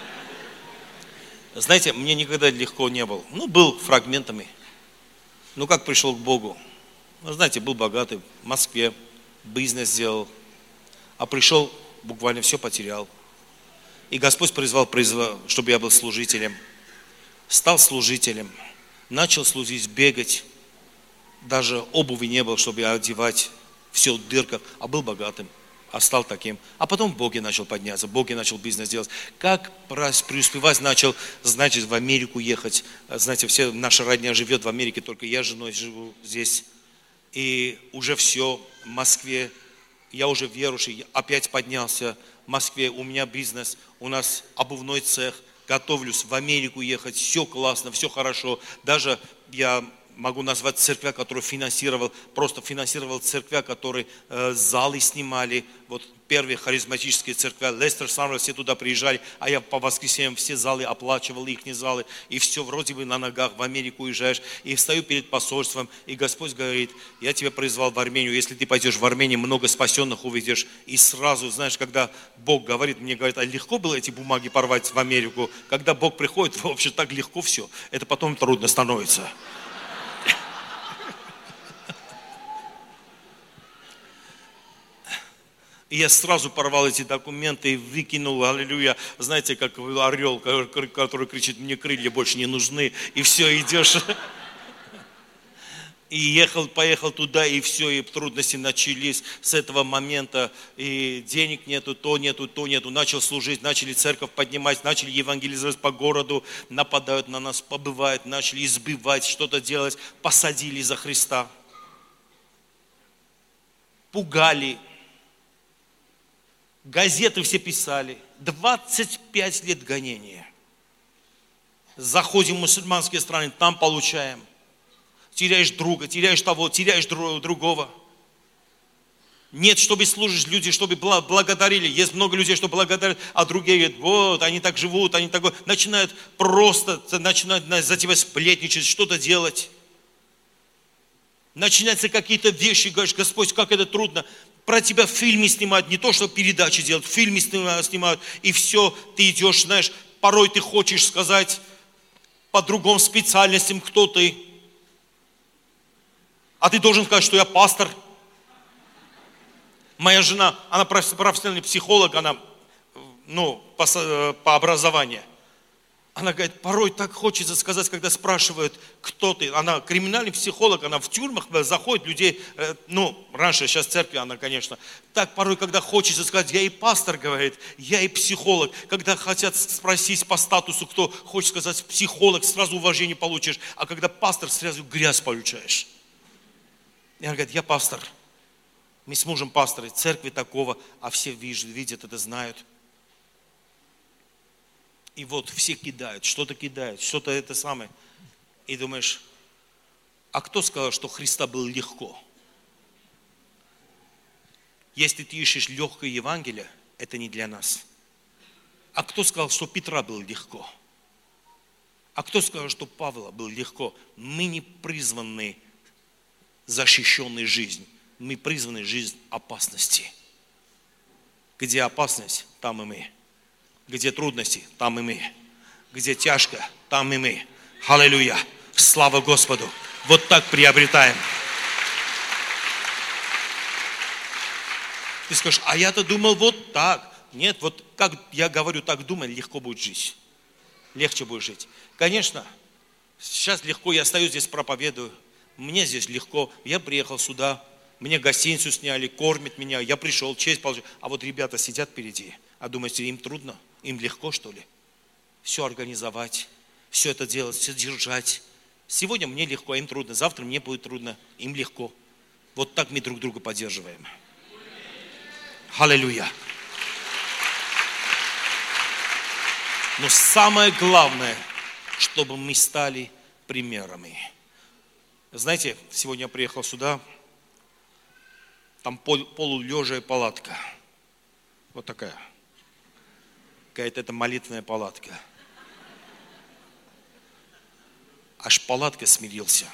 Знаете, мне никогда легко не было. Ну, был фрагментами. Ну, как пришел к Богу? Ну, знаете, был богатый, в Москве, бизнес сделал. А пришел, буквально все потерял. И Господь призвал, призвал, чтобы я был служителем. Стал служителем. Начал служить, бегать. Даже обуви не было, чтобы я одевать. Все в дырках. А был богатым. а стал таким. А потом в Боге начал подняться, в Боге начал бизнес делать. Как преуспевать начал, значит, в Америку ехать. Знаете, все, наша родня живет в Америке, только я с женой живу здесь. И уже все, в Москве, я уже верующий, опять поднялся. В Москве у меня бизнес, у нас обувной цех, готовлюсь в Америку ехать, все классно, все хорошо. Даже я могу назвать церквя, которую финансировал, просто финансировал церквя, которые э, залы снимали. Вот первые харизматические церкви, Лестер, Саммер, все туда приезжали, а я по воскресеньям все залы оплачивал, их залы, и все, вроде бы на ногах, в Америку уезжаешь, и встаю перед посольством, и Господь говорит, я тебя призвал в Армению, если ты пойдешь в Армению, много спасенных увидишь. И сразу, знаешь, когда Бог говорит, мне говорит, а легко было эти бумаги порвать в Америку? Когда Бог приходит, вообще так легко все, это потом трудно становится. И я сразу порвал эти документы и выкинул, аллилуйя, знаете, как орел, который кричит, мне крылья больше не нужны, и все, идешь. И ехал, поехал туда, и все, и трудности начались с этого момента, и денег нету, то нету, то нету. Начал служить, начали церковь поднимать, начали евангелизировать по городу, нападают на нас, побывают, начали избивать, что-то делать, посадили за Христа, пугали. Газеты все писали. двадцать пять лет гонения. Заходим в мусульманские страны, там получаем. Теряешь друга, теряешь того, теряешь другого. Нет, чтобы служишь, люди, чтобы благодарили. Есть много людей, что благодарят, а другие говорят, вот, они так живут, они так... Начинают просто, начинают за тебя сплетничать, что-то делать. Начинаются какие-то вещи, говоришь, Господь, как это трудно. Про тебя в фильме снимают, не то, что передачи делают, в фильме снимают, и все, ты идешь, знаешь, порой ты хочешь сказать по другим специальностям, кто ты. А ты должен сказать, что я пастор. Моя жена, она профессиональный психолог, она, ну, по, по образованию. Она говорит, порой так хочется сказать, когда спрашивают, кто ты. Она криминальный психолог, она в тюрьмах заходит, людей, ну, раньше, сейчас в церкви она, конечно. Так порой, когда хочется сказать, я и пастор, говорит, я и психолог. Когда хотят спросить по статусу, кто хочет сказать психолог, сразу уважение получишь. А когда пастор, сразу грязь получаешь. И она говорит, я пастор. Мы с мужем пасторы, церкви такого, а все видят это, знают. И вот все кидают, что-то кидают, что-то это самое. И думаешь, а кто сказал, что Христа было легко? Если ты ищешь легкое Евангелие, это не для нас. А кто сказал, что Петра было легко? А кто сказал, что Павла было легко? Мы не призваны защищенной жизнь. Мы призваны жизнь опасности. Где опасность, там и мы. Где трудности, там и мы. Где тяжко, там и мы. Аллилуйя. Слава Господу. Вот так приобретаем. Ты скажешь, а я-то думал вот так. Нет, вот как я говорю, так думай, легко будет жить. Легче будет жить. Конечно, сейчас легко, я стою здесь, проповедую. Мне здесь легко. Я приехал сюда, мне гостиницу сняли, кормят меня. Я пришел, честь получил. А вот ребята сидят впереди. А думаете, им трудно? Им легко, что ли? Все организовать, все это делать, все держать. Сегодня мне легко, а им трудно. Завтра мне будет трудно, им легко. Вот так мы друг друга поддерживаем. Аллилуйя. Но самое главное, чтобы мы стали примерами. Знаете, сегодня я приехал сюда, там пол, полулежая палатка. Вот такая. Какая-то это молитвенная палатка. Аж палатка смирился.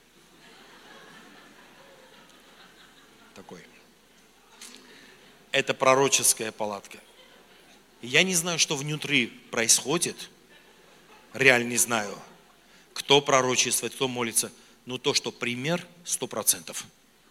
Такой. Это пророческая палатка. Я не знаю, что внутри происходит. Реально не знаю. Кто пророчествует, кто молится. Но то, что пример, сто процентов.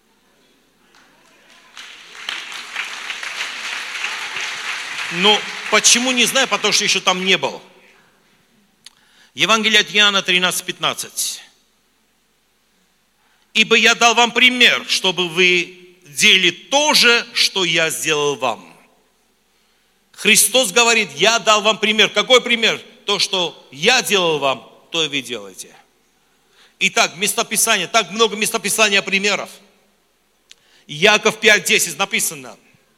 Ну, почему не знаю, потому что еще там не был. Евангелие от Иоанна тринадцать пятнадцать. Ибо я дал вам пример, чтобы вы делали то же, что я сделал вам. Христос говорит, я дал вам пример. Какой пример? То, что я делал вам, то и вы делаете. Итак, местописание, так много местописания примеров. Яков пять десять написано.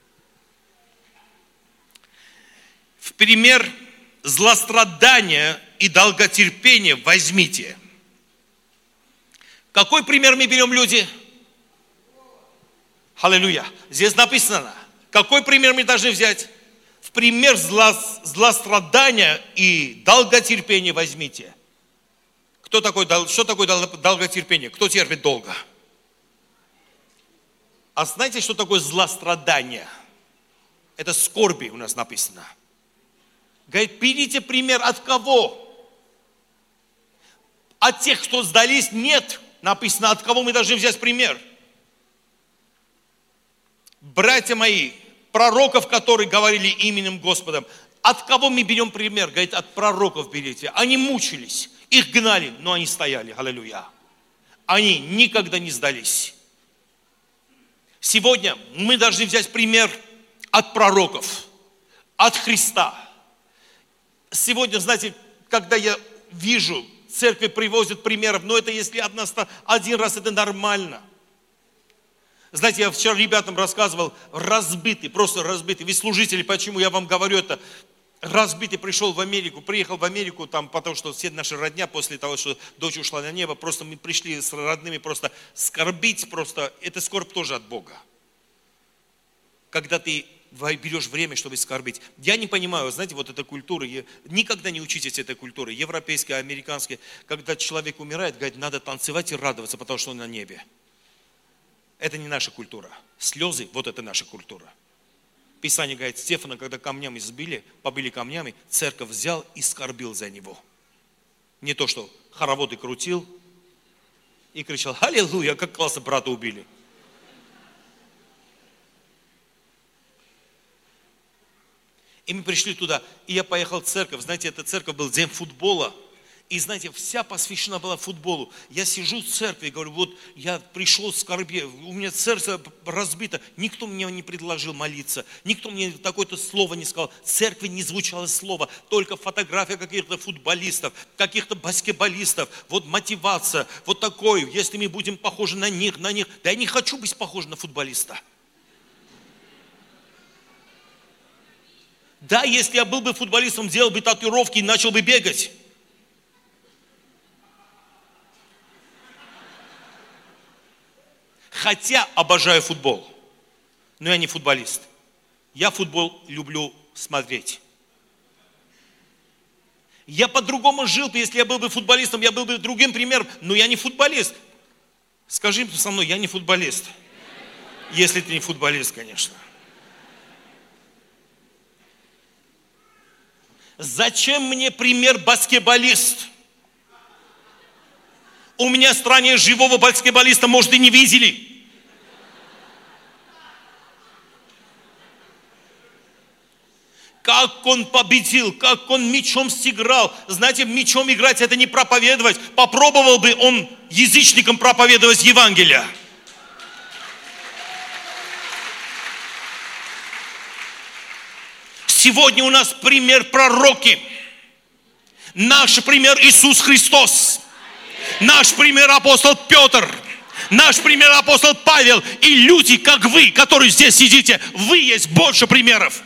В пример злострадания и долготерпения возьмите. Какой пример мы берем, люди? Аллилуйя. Здесь написано. Какой пример мы должны взять? В пример злострадания и долготерпения возьмите. Кто такой, что такое долготерпение? Кто терпит долго? А знаете, что такое злострадание? Это скорби у нас написано. Говорит, берите пример от кого? От тех, кто сдались? Нет. Написано, от кого мы должны взять пример. Братья мои, пророков, которые говорили именем Господом, от кого мы берем пример? Говорит, от пророков берите. Они мучились, их гнали, но они стояли. Аллилуйя. Они никогда не сдались. Сегодня мы должны взять пример от пророков, от Христа. Сегодня, знаете, когда я вижу, церковь привозит примеров, но это если одна, один раз, это нормально. Знаете, я вчера ребятам рассказывал, разбитый, просто разбитый. Вы служители, почему я вам говорю это? Разбитый пришел в Америку, приехал в Америку, там, потому что все наши родня, после того, что дочь ушла на небо, просто мы пришли с родными просто скорбить, просто, это скорбь тоже от Бога. Когда ты берешь время, чтобы скорбить. Я не понимаю, знаете, вот эта культура, никогда не учитесь этой культуры, европейской, американской, когда человек умирает, говорит, надо танцевать и радоваться, потому что он на небе. Это не наша культура. Слезы, вот это наша культура. Писание говорит, Стефана, когда камнями сбили, побили камнями, церковь взял и скорбил за него. Не то, что хороводы крутил и кричал, аллилуйя, как классно брата убили. И мы пришли туда, и я поехал в церковь. Знаете, эта церковь был день футбола. И знаете, вся посвящена была футболу. Я сижу в церкви и говорю, вот я пришел в скорбе, у меня сердце разбито. Никто мне не предложил молиться, никто мне такое-то слово не сказал. В церкви не звучало слово, только фотография каких-то футболистов, каких-то баскетболистов. Вот мотивация, вот такой, если мы будем похожи на них, на них. Да я не хочу быть похожим на футболиста. Да, если я был бы футболистом, делал бы татуировки и начал бы бегать. Хотя обожаю футбол, но я не футболист. Я футбол люблю смотреть. Я по-другому жил бы, если я был бы футболистом, я был бы другим примером, но я не футболист. Скажи со мной, я не футболист. Если ты не футболист, конечно. Зачем мне пример баскетболист? У меня в стране живого баскетболиста, может, и не видели. Как он победил, как он мечом сыграл. Знаете, мечом играть это не проповедовать. Попробовал бы он язычникам проповедовать Евангелие. Сегодня у нас пример пророки. Наш пример Иисус Христос. Наш пример апостол Петр. Наш пример апостол Павел. И люди, как вы, которые здесь сидите, вы есть больше примеров.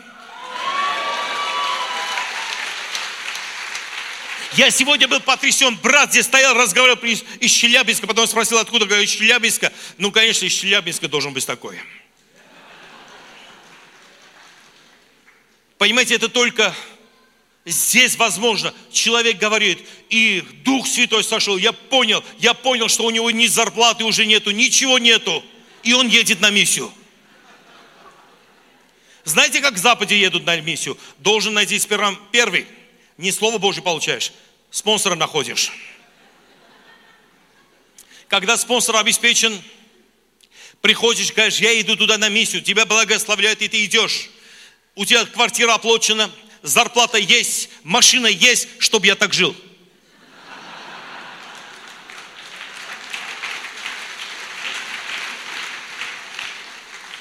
Я сегодня был потрясен. Брат здесь стоял, разговаривал из Челябинска. Потом спросил, откуда, говорю, из Челябинска. Ну, конечно, из Челябинска должен быть такой. Понимаете, это только здесь возможно. Человек говорит, и Дух Святой сошел. Я понял, я понял, что у него ни зарплаты уже нету, ничего нету. И он едет на миссию. Знаете, как в Западе едут на миссию? Должен найти сперва первый. Не Слово Божье получаешь, спонсора находишь. Когда спонсор обеспечен, приходишь, говоришь, я иду туда на миссию, тебя благословляют, и ты идешь. У тебя квартира оплачена, зарплата есть, машина есть, чтобы я так жил.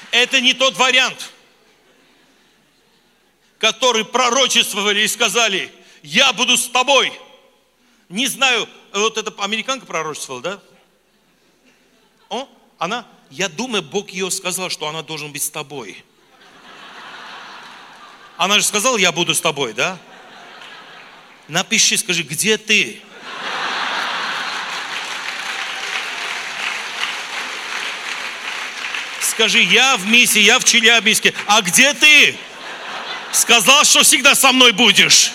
Это не тот вариант, который пророчествовали и сказали, я буду с тобой. Не знаю, вот эта американка пророчествовала, да? О, она, я думаю, Бог ее сказал, что она должна быть с тобой. Она же сказала, я буду с тобой, да? Напиши, скажи, где ты? Скажи, я в миссии, я в Челябинске. А где ты? Сказал, что всегда со мной будешь.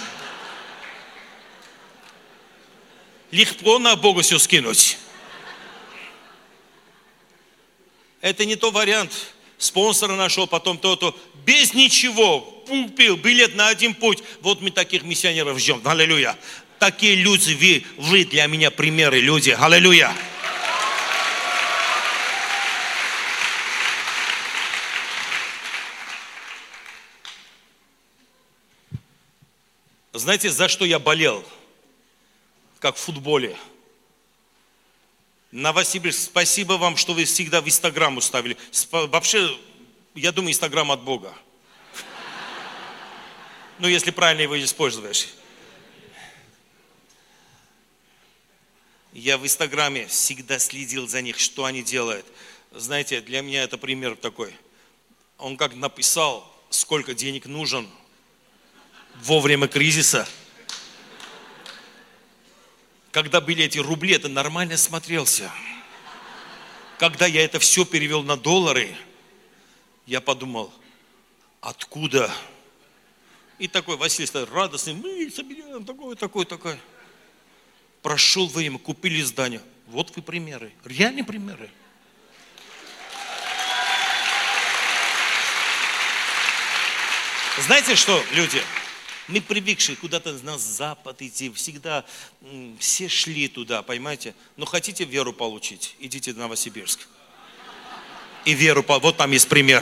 Легко на Бога все скинуть. Это не тот вариант. Спонсора нашел, потом то-то. Без ничего. Купил билет на один путь. Вот мы таких миссионеров ждем. Аллилуйя. Такие люди, вы, вы для меня примеры, люди. Аллилуйя. Знаете, за что я болел? Как в футболе. Новосибирск, спасибо вам, что вы всегда в Инстаграм уставили. Вообще, я думаю, Инстаграм от Бога. Ну, если правильно его используешь. Я в Инстаграме всегда следил за них, что они делают. Знаете, для меня это пример такой. Он как написал, сколько денег нужен во время кризиса. Когда были эти рубли, это нормально смотрелся. Когда я это все перевел на доллары, я подумал, откуда? И такой Василий стоит радостный, мы соберем такое, такое, такое. Прошел время, купили здание. Вот вы примеры, реальные примеры. Знаете что, люди? Мы привыкшие куда-то на запад идти, всегда м, все шли туда, понимаете? Но хотите веру получить, идите в Новосибирск. И веру, вот там есть пример.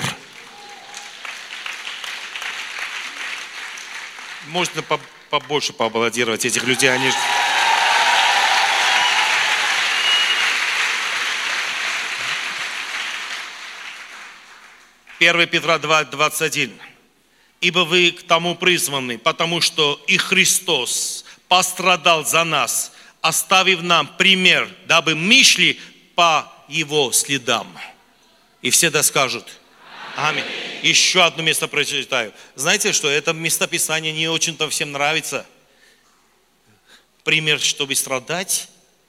Можно побольше поаплодировать этих людей, они... первое Петра два, двадцать один. Ибо вы к тому призваны, потому что и Христос пострадал за нас, оставив нам пример, дабы мы шли по Его следам. И все да скажут аминь. Еще одно место прочитаю. Знаете, что это местописание не очень-то всем нравится. Пример, чтобы страдать.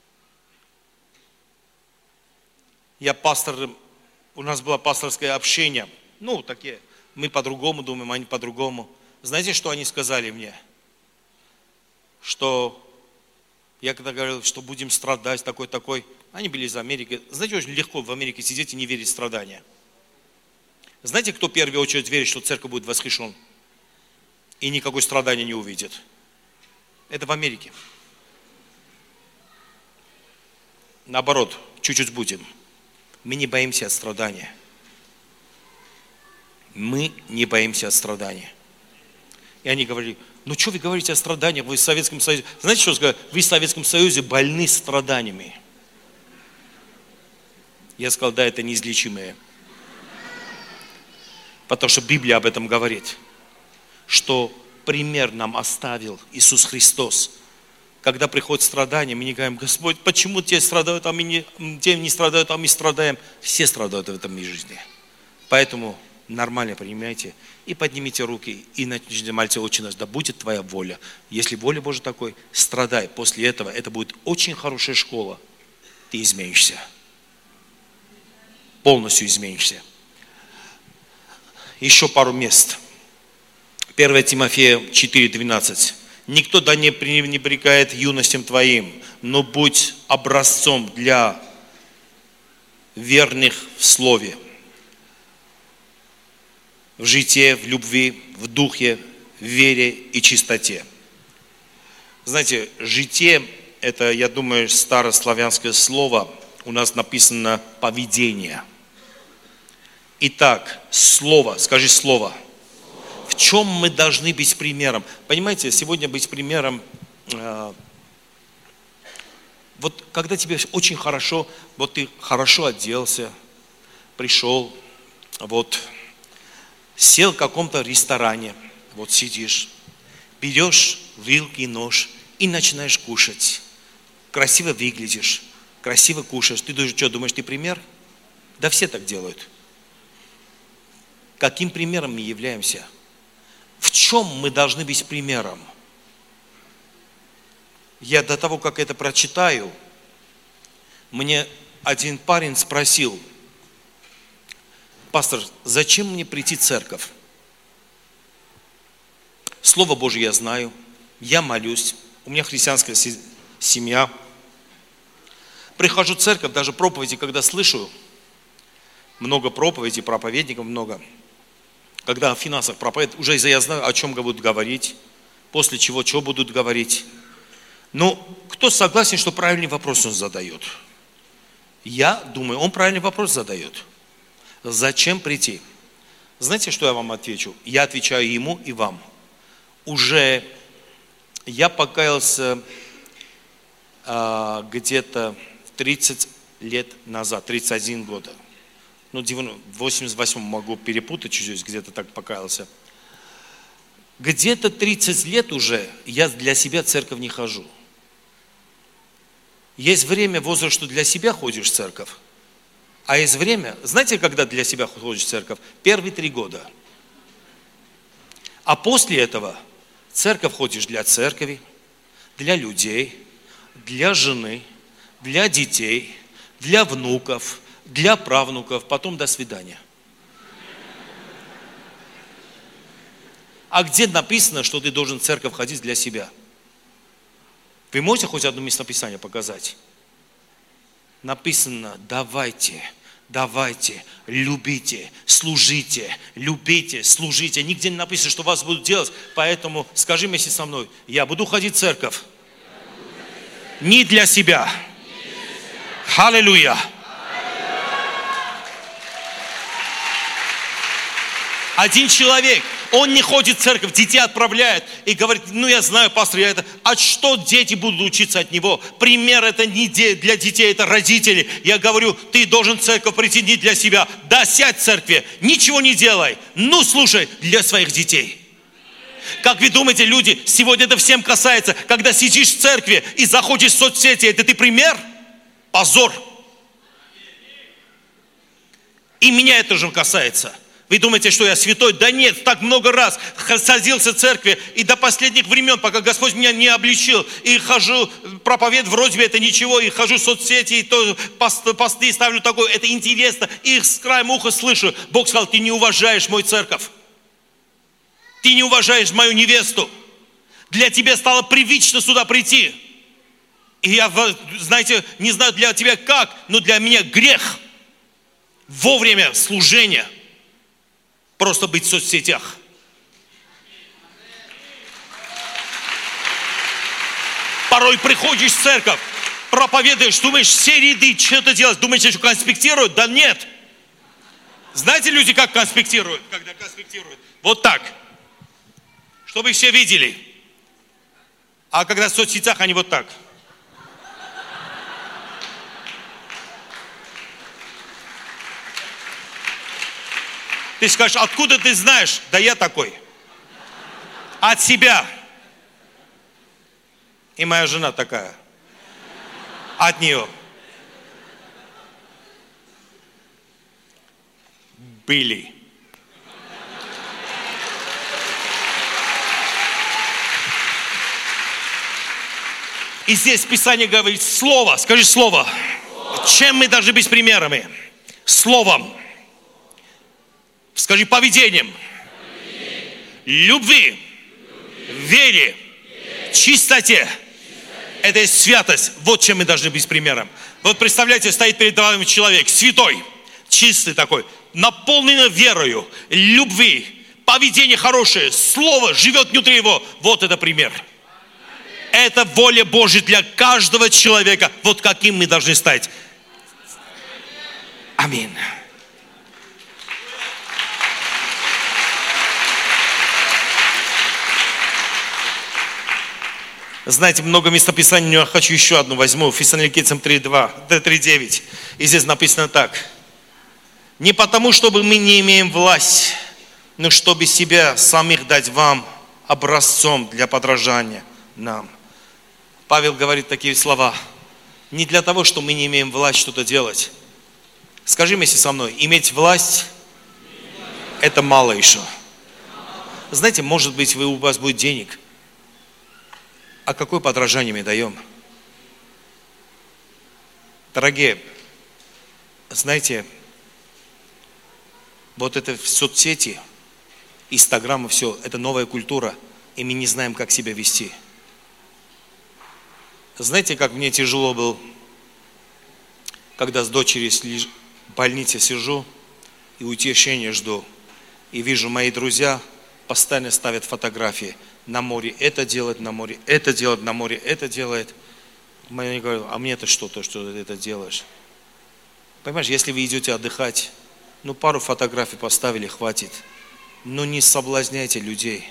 Я пастор, у нас было пасторское общение. Ну, такие... Мы по-другому думаем, они по-другому. Знаете, что они сказали мне? Что я когда говорил, что будем страдать, такой-такой. Они были из Америки. Знаете, очень легко в Америке сидеть и не верить в страдания. Знаете, кто в первую очередь верит, что церковь будет восхищен? И никакой страдания не увидит. Это в Америке. Наоборот, чуть-чуть будем. Мы не боимся от страдания. Мы не боимся от страдания. И они говорили, ну что вы говорите о страданиях, вы в Советском Союзе. Знаете, что сказали? Вы в Советском Союзе больны страданиями. Я сказал, да, это неизлечимое. Потому что Библия об этом говорит. Что пример нам оставил Иисус Христос. Когда приходит страдание, мы не говорим, Господь, почему те страдают, а мы не, те не страдают, а мы страдаем. Все страдают в этом жизни. Поэтому... нормально принимайте и поднимите руки и начните молиться, Отче наш, да будет Твоя воля. Если воля Божья такой, страдай. После этого это будет очень хорошая школа. Ты изменишься. Полностью изменишься. Еще пару мест. первое Тимофея четыре двенадцать. Никто да не пренебрегает юностям твоим, но будь образцом для верных в слове, в житии, в любви, в духе, в вере и чистоте. Знаете, житие, это, я думаю, старославянское слово, у нас написано поведение. Итак, слово, скажи слово. В чем мы должны быть примером? Понимаете, сегодня быть примером, э, вот когда тебе очень хорошо, вот ты хорошо оделся, пришел, вот сел в каком-то ресторане, вот сидишь, берешь вилки и нож и начинаешь кушать. Красиво выглядишь, красиво кушаешь. Ты что, думаешь, ты пример? Да все так делают. Каким примером мы являемся? В чем мы должны быть примером? Я до того, как это прочитаю, мне один парень спросил: пастор, зачем мне прийти в церковь? Слово Божье я знаю, я молюсь, у меня христианская семья. Прихожу в церковь, даже проповеди, когда слышу, много проповедей, проповедников много. Когда о финансах проповедуют, уже я знаю, о чем будут говорить, после чего, что будут говорить. Но кто согласен, что правильный вопрос он задает? Я думаю, он правильный вопрос задает. Зачем прийти? Знаете, что я вам отвечу? Я отвечаю ему и вам. Уже я покаялся а, где-то тридцать лет назад, тридцать один года. Ну, в восемьдесят восьмом могу перепутать чуть-чуть, где-то так покаялся. Где-то тридцать лет уже я для себя в церковь не хожу. Есть время, возраст, что для себя ходишь в церковь. А есть время, знаете, когда для себя ходишь в церковь? Первые три года. А после этого в церковь ходишь для церкви, для людей, для жены, для детей, для внуков, для правнуков, потом до свидания. А где написано, что ты должен в церковь ходить для себя? Вы можете хоть одно местописание показать? Написано: давайте, давайте, любите, служите, любите, служите. Нигде не написано, что вас будут делать. Поэтому скажи вместе со мной: я буду ходить в церковь не для себя. Аллилуйя. Один человек, он не ходит в церковь, детей отправляет и говорит: ну я знаю, пастор, я это. А что дети будут учиться от него? Пример это не для детей, это родители. Я говорю, ты должен в церковь прийти не для себя. Да, сядь в церкви, ничего не делай. Ну слушай, для своих детей. Как вы думаете, люди, сегодня это всем касается, когда сидишь в церкви и заходишь в соцсети, это ты пример? Позор. И меня это же касается. Вы думаете, что я святой? Да нет, так много раз садился в церкви, и до последних времен, пока Господь меня не обличил, и хожу, проповедь вроде бы это ничего, и хожу в соцсети, и то посты, посты ставлю такое, это интересно, и с краем уха слышу, Бог сказал: ты не уважаешь мою церковь, ты не уважаешь мою невесту, для тебя стало привычно сюда прийти. И я, знаете, не знаю для тебя как, но для меня грех во время служения просто быть в соцсетях. Порой приходишь в церковь, проповедуешь, думаешь, все ряды, что ты делаешь? Думаешь, что конспектируют? Да нет. Знаете, люди как конспектируют? Когда конспектируют? Вот так. Чтобы все видели. А когда в соцсетях, они вот так. Ты скажешь: откуда ты знаешь? Да я такой. От себя. И моя жена такая. От нее. Были. И здесь Писание говорит: слово. Скажи слово. Слово. Чем мы должны быть примерами? Словом. Скажи поведением. Поведение. Любви. Любви. Вере. Вере. Чистоте. Чистоте. Это есть святость. Вот чем мы должны быть примером. Вот представляете, стоит перед вами человек, святой, чистый такой, наполненный верою, любви, поведение хорошее, слово живет внутри его. Вот это пример. Это воля Божья для каждого человека. Вот каким мы должны стать. Аминь. Знаете, много местописаний, но я хочу еще одну возьму. Фессалоникийцам три два, три девять. И здесь написано так. Не потому, чтобы мы не имеем власть, но чтобы себя самих дать вам образцом для подражания нам. Павел говорит такие слова. Не для того, что мы не имеем власть что-то делать. Скажи вместе со мной, иметь власть – это мало еще. Знаете, может быть, вы, у вас будет денег. А какое подражание мы даем? Дорогие, знаете, вот это в соцсети, Инстаграм и все, это новая культура, и мы не знаем, как себя вести. Знаете, как мне тяжело было, когда с дочерью в больнице сижу и утешения жду, и вижу, мои друзья постоянно ставят фотографии. На море это делает, на море это делает, на море это делает. Я говорю, а мне-то что, то, что ты это делаешь? Понимаешь, если вы идете отдыхать, ну пару фотографий поставили, хватит. Но не соблазняйте людей.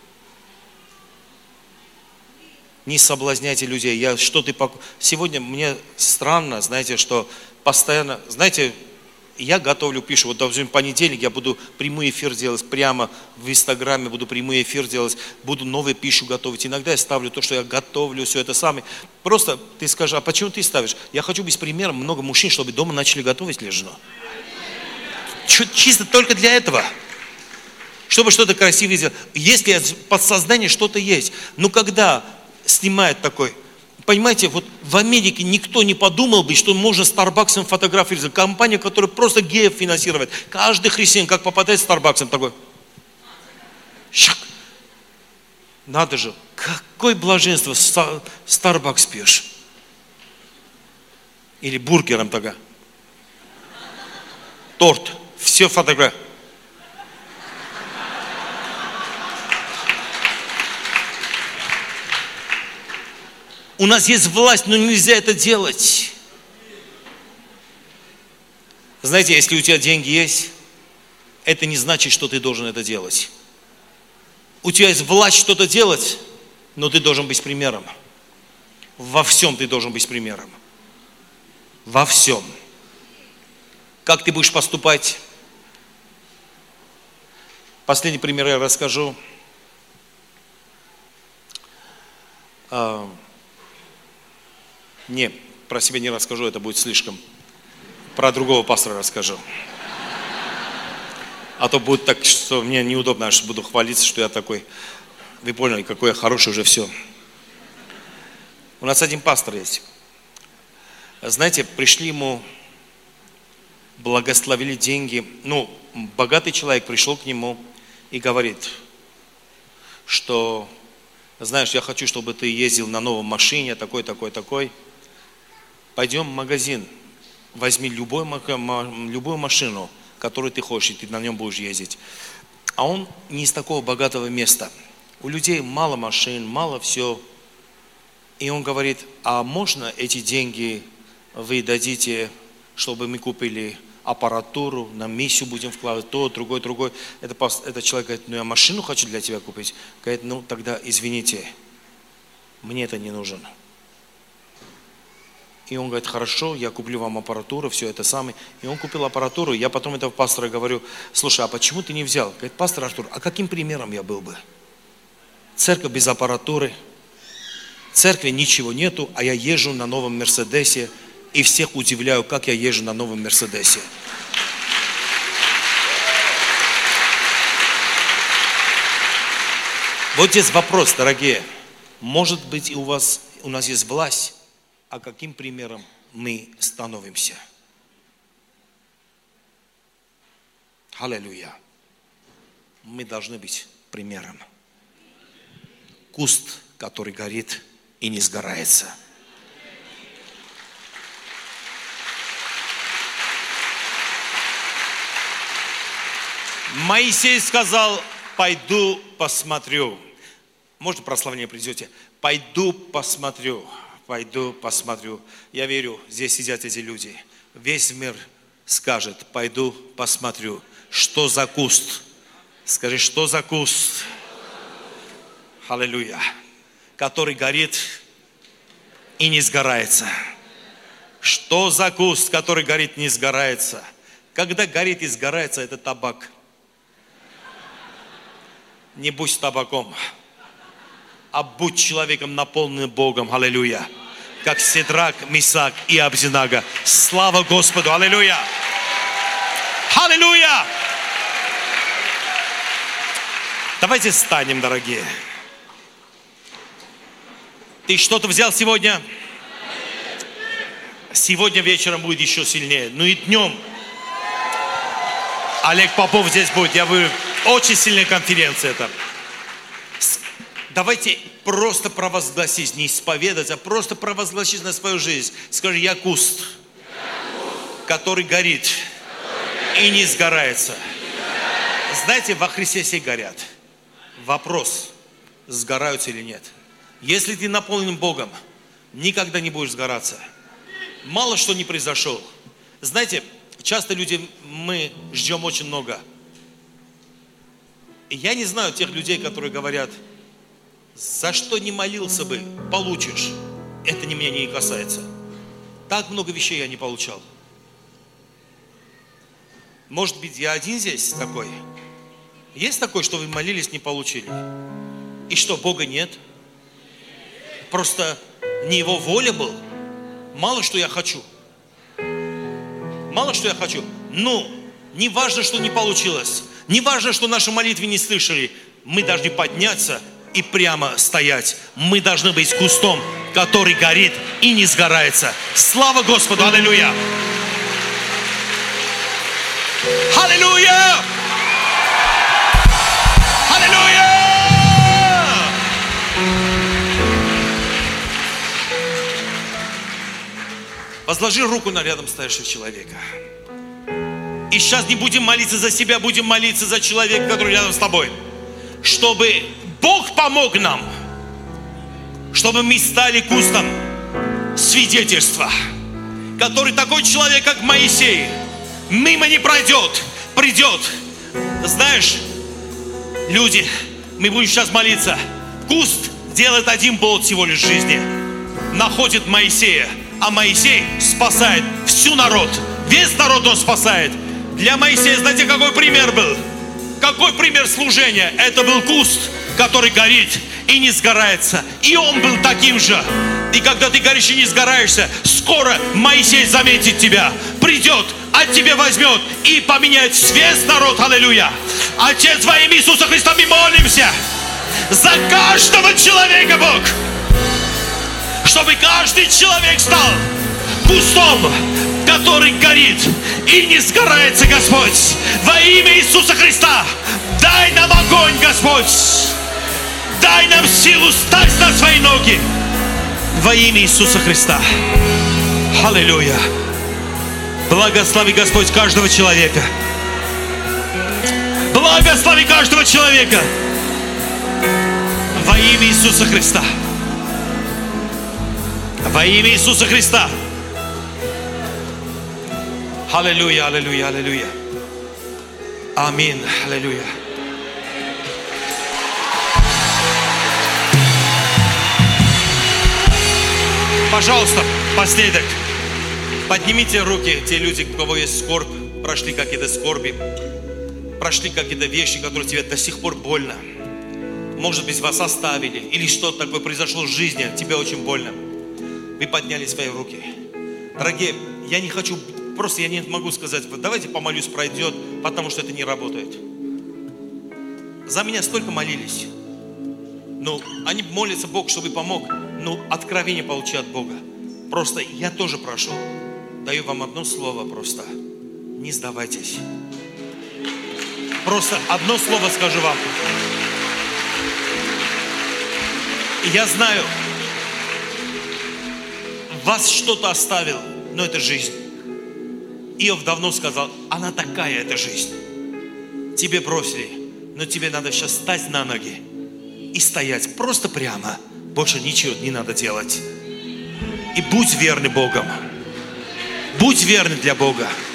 Не соблазняйте людей. Я, что ты пок... Сегодня мне странно, знаете, что постоянно, знаете, я готовлю, пишу, вот, допустим, в понедельник я буду прямой эфир делать, прямо в Инстаграме буду прямой эфир делать, буду новую пищу готовить. Иногда я ставлю то, что я готовлю, все это самое. Просто ты скажи, а почему ты ставишь? Я хочу быть примером много мужчин, чтобы дома начали готовить для жены. Чисто только для этого. Чтобы что-то красивое сделать. Если в подсознании что-то есть. Но когда снимает такой... Понимаете, вот в Америке никто не подумал бы, что можно Starbucks фотографировать. Компания, которая просто геев финансирует. Каждый христиан, как попадает в Starbucks, такой... Шак. Надо же, какое блаженство, Starbucks пьешь. Или бургером тогда. Торт, все фотографии. У нас есть власть, но нельзя это делать. Знаете, если у тебя деньги есть, это не значит, что ты должен это делать. У тебя есть власть что-то делать, но ты должен быть примером. Во всем ты должен быть примером. Во всем. Как ты будешь поступать? Последний пример я расскажу. Не, про себя не расскажу, это будет слишком. Про другого пастора расскажу. А то будет так, что мне неудобно, аж буду хвалиться, что я такой. Вы поняли, какой я хороший уже все. У нас один пастор есть. Знаете, пришли ему, благословили деньги. Ну, богатый человек пришел к нему и говорит, что, знаешь, я хочу, чтобы ты ездил на новой машине, такой, такой, такой. Пойдем в магазин, возьми любой, любую машину, которую ты хочешь, и ты на нем будешь ездить. А он не из такого богатого места. У людей мало машин, мало все. И он говорит, а можно эти деньги вы дадите, чтобы мы купили аппаратуру, на миссию будем вкладывать, то, другой, другой. Это, этот человек говорит, ну я машину хочу для тебя купить. Говорит, ну тогда извините, мне это не нужно. И он говорит, хорошо, я куплю вам аппаратуру, все это самое. И он купил аппаратуру, я потом этого пастора говорю, слушай, а почему ты не взял? Говорит, пастор Артур, а каким примером я был бы? Церковь без аппаратуры, в церкви ничего нету, а я езжу на новом Мерседесе, и всех удивляю, как я езжу на новом Мерседесе. Вот здесь вопрос, дорогие. Может быть, и у вас, у нас есть власть, а каким примером мы становимся? Аллилуйя. Мы должны быть примером. Куст, который горит и не сгорается. Моисей сказал, пойду посмотрю. Можно прославление придете? Пойду посмотрю. Пойду посмотрю. Я верю, здесь сидят эти люди. Весь мир скажет, пойду посмотрю. Что за куст? Скажи, что за куст? Аллилуйя. Который горит и не сгорается. Что за куст, который горит и не сгорается? Когда горит и сгорается, это табак. Не будь табаком, а будь человеком, наполненным Богом. Аллилуйя. Как Сидрак, Мисак и Абдинага. Слава Господу. Аллилуйя. Аллилуйя. Давайте встанем, дорогие. Ты что-то взял сегодня? Сегодня вечером будет еще сильнее. Ну и днем. Олег Попов здесь будет. Я говорю, очень сильная конференция это. Давайте просто провозгласить, не исповедать, а просто провозгласить на свою жизнь. Скажи, я куст, который горит и не сгорается. Знаете, во Христе все горят. Вопрос, сгораются или нет. Если ты наполнен Богом, никогда не будешь сгораться. Мало что не произошло. Знаете, часто люди, мы ждем очень много. И я не знаю тех людей, которые говорят, за что не молился бы, получишь. Это не меня не касается. Так много вещей я не получал. Может быть, я один здесь такой? Есть такой, что вы молились, не получили? И что, Бога нет? Просто не Его воля был? Мало что я хочу. Мало что я хочу. Ну, не важно, что не получилось. Не важно, что наши молитвы не слышали. Мы должны подняться и прямо стоять. Мы должны быть кустом, который горит и не сгорается. Слава Господу! Аллилуйя! Аллилуйя! Аллилуйя! Возложи руку на рядом стоящего человека. И сейчас не будем молиться за себя, будем молиться за человека, который рядом с тобой. Чтобы Бог помог нам, чтобы мы стали кустом свидетельства, который такой человек, как Моисей, мимо не пройдет, придет. Знаешь, люди, мы будем сейчас молиться. Куст делает один болт всего лишь в жизни. Находит Моисея, а Моисей спасает всю народ. Весь народ он спасает. Для Моисея, знаете, какой пример был? Какой пример служения? Это был куст, который горит и не сгорается. И он был таким же. И когда ты горишь и не сгораешься, скоро Моисей заметит тебя, придет, от тебя возьмет и поменяет весь народ. Аллилуйя. Отец, во имя Иисуса Христа мы молимся за каждого человека, Бог, чтобы каждый человек стал кустом, который горит и не сгорается, Господь. Во имя Иисуса Христа дай нам огонь, Господь. Дай нам силу стать на свои ноги. Во имя Иисуса Христа. Аллилуйя. Благослови, Господь, каждого человека. Благослови каждого человека. Во имя Иисуса Христа. Во имя Иисуса Христа. Аллилуйя, аллилуйя, аллилуйя. Аминь, аллилуйя. Пожалуйста, последок. Поднимите руки, те люди, у кого есть скорбь, прошли какие-то скорби, прошли какие-то вещи, которые тебе до сих пор больно. Может быть, вас оставили, или что-то такое произошло в жизни, тебе очень больно. Вы подняли свои руки. Дорогие, я не хочу, просто я не могу сказать, давайте помолюсь, пройдет, потому что это не работает. За меня столько молились. Ну, они молятся Бог, чтобы помог. Ну, откровение получи от Бога. Просто я тоже прошу. Даю вам одно слово просто. Не сдавайтесь. Просто одно слово скажу вам. Я знаю, вас что-то оставил, но это жизнь. Иов давно сказал, она такая, эта жизнь. Тебе бросили, но тебе надо сейчас встать на ноги и стоять просто прямо. Больше ничего не надо делать. И будь верный Богом. Будь верный для Бога.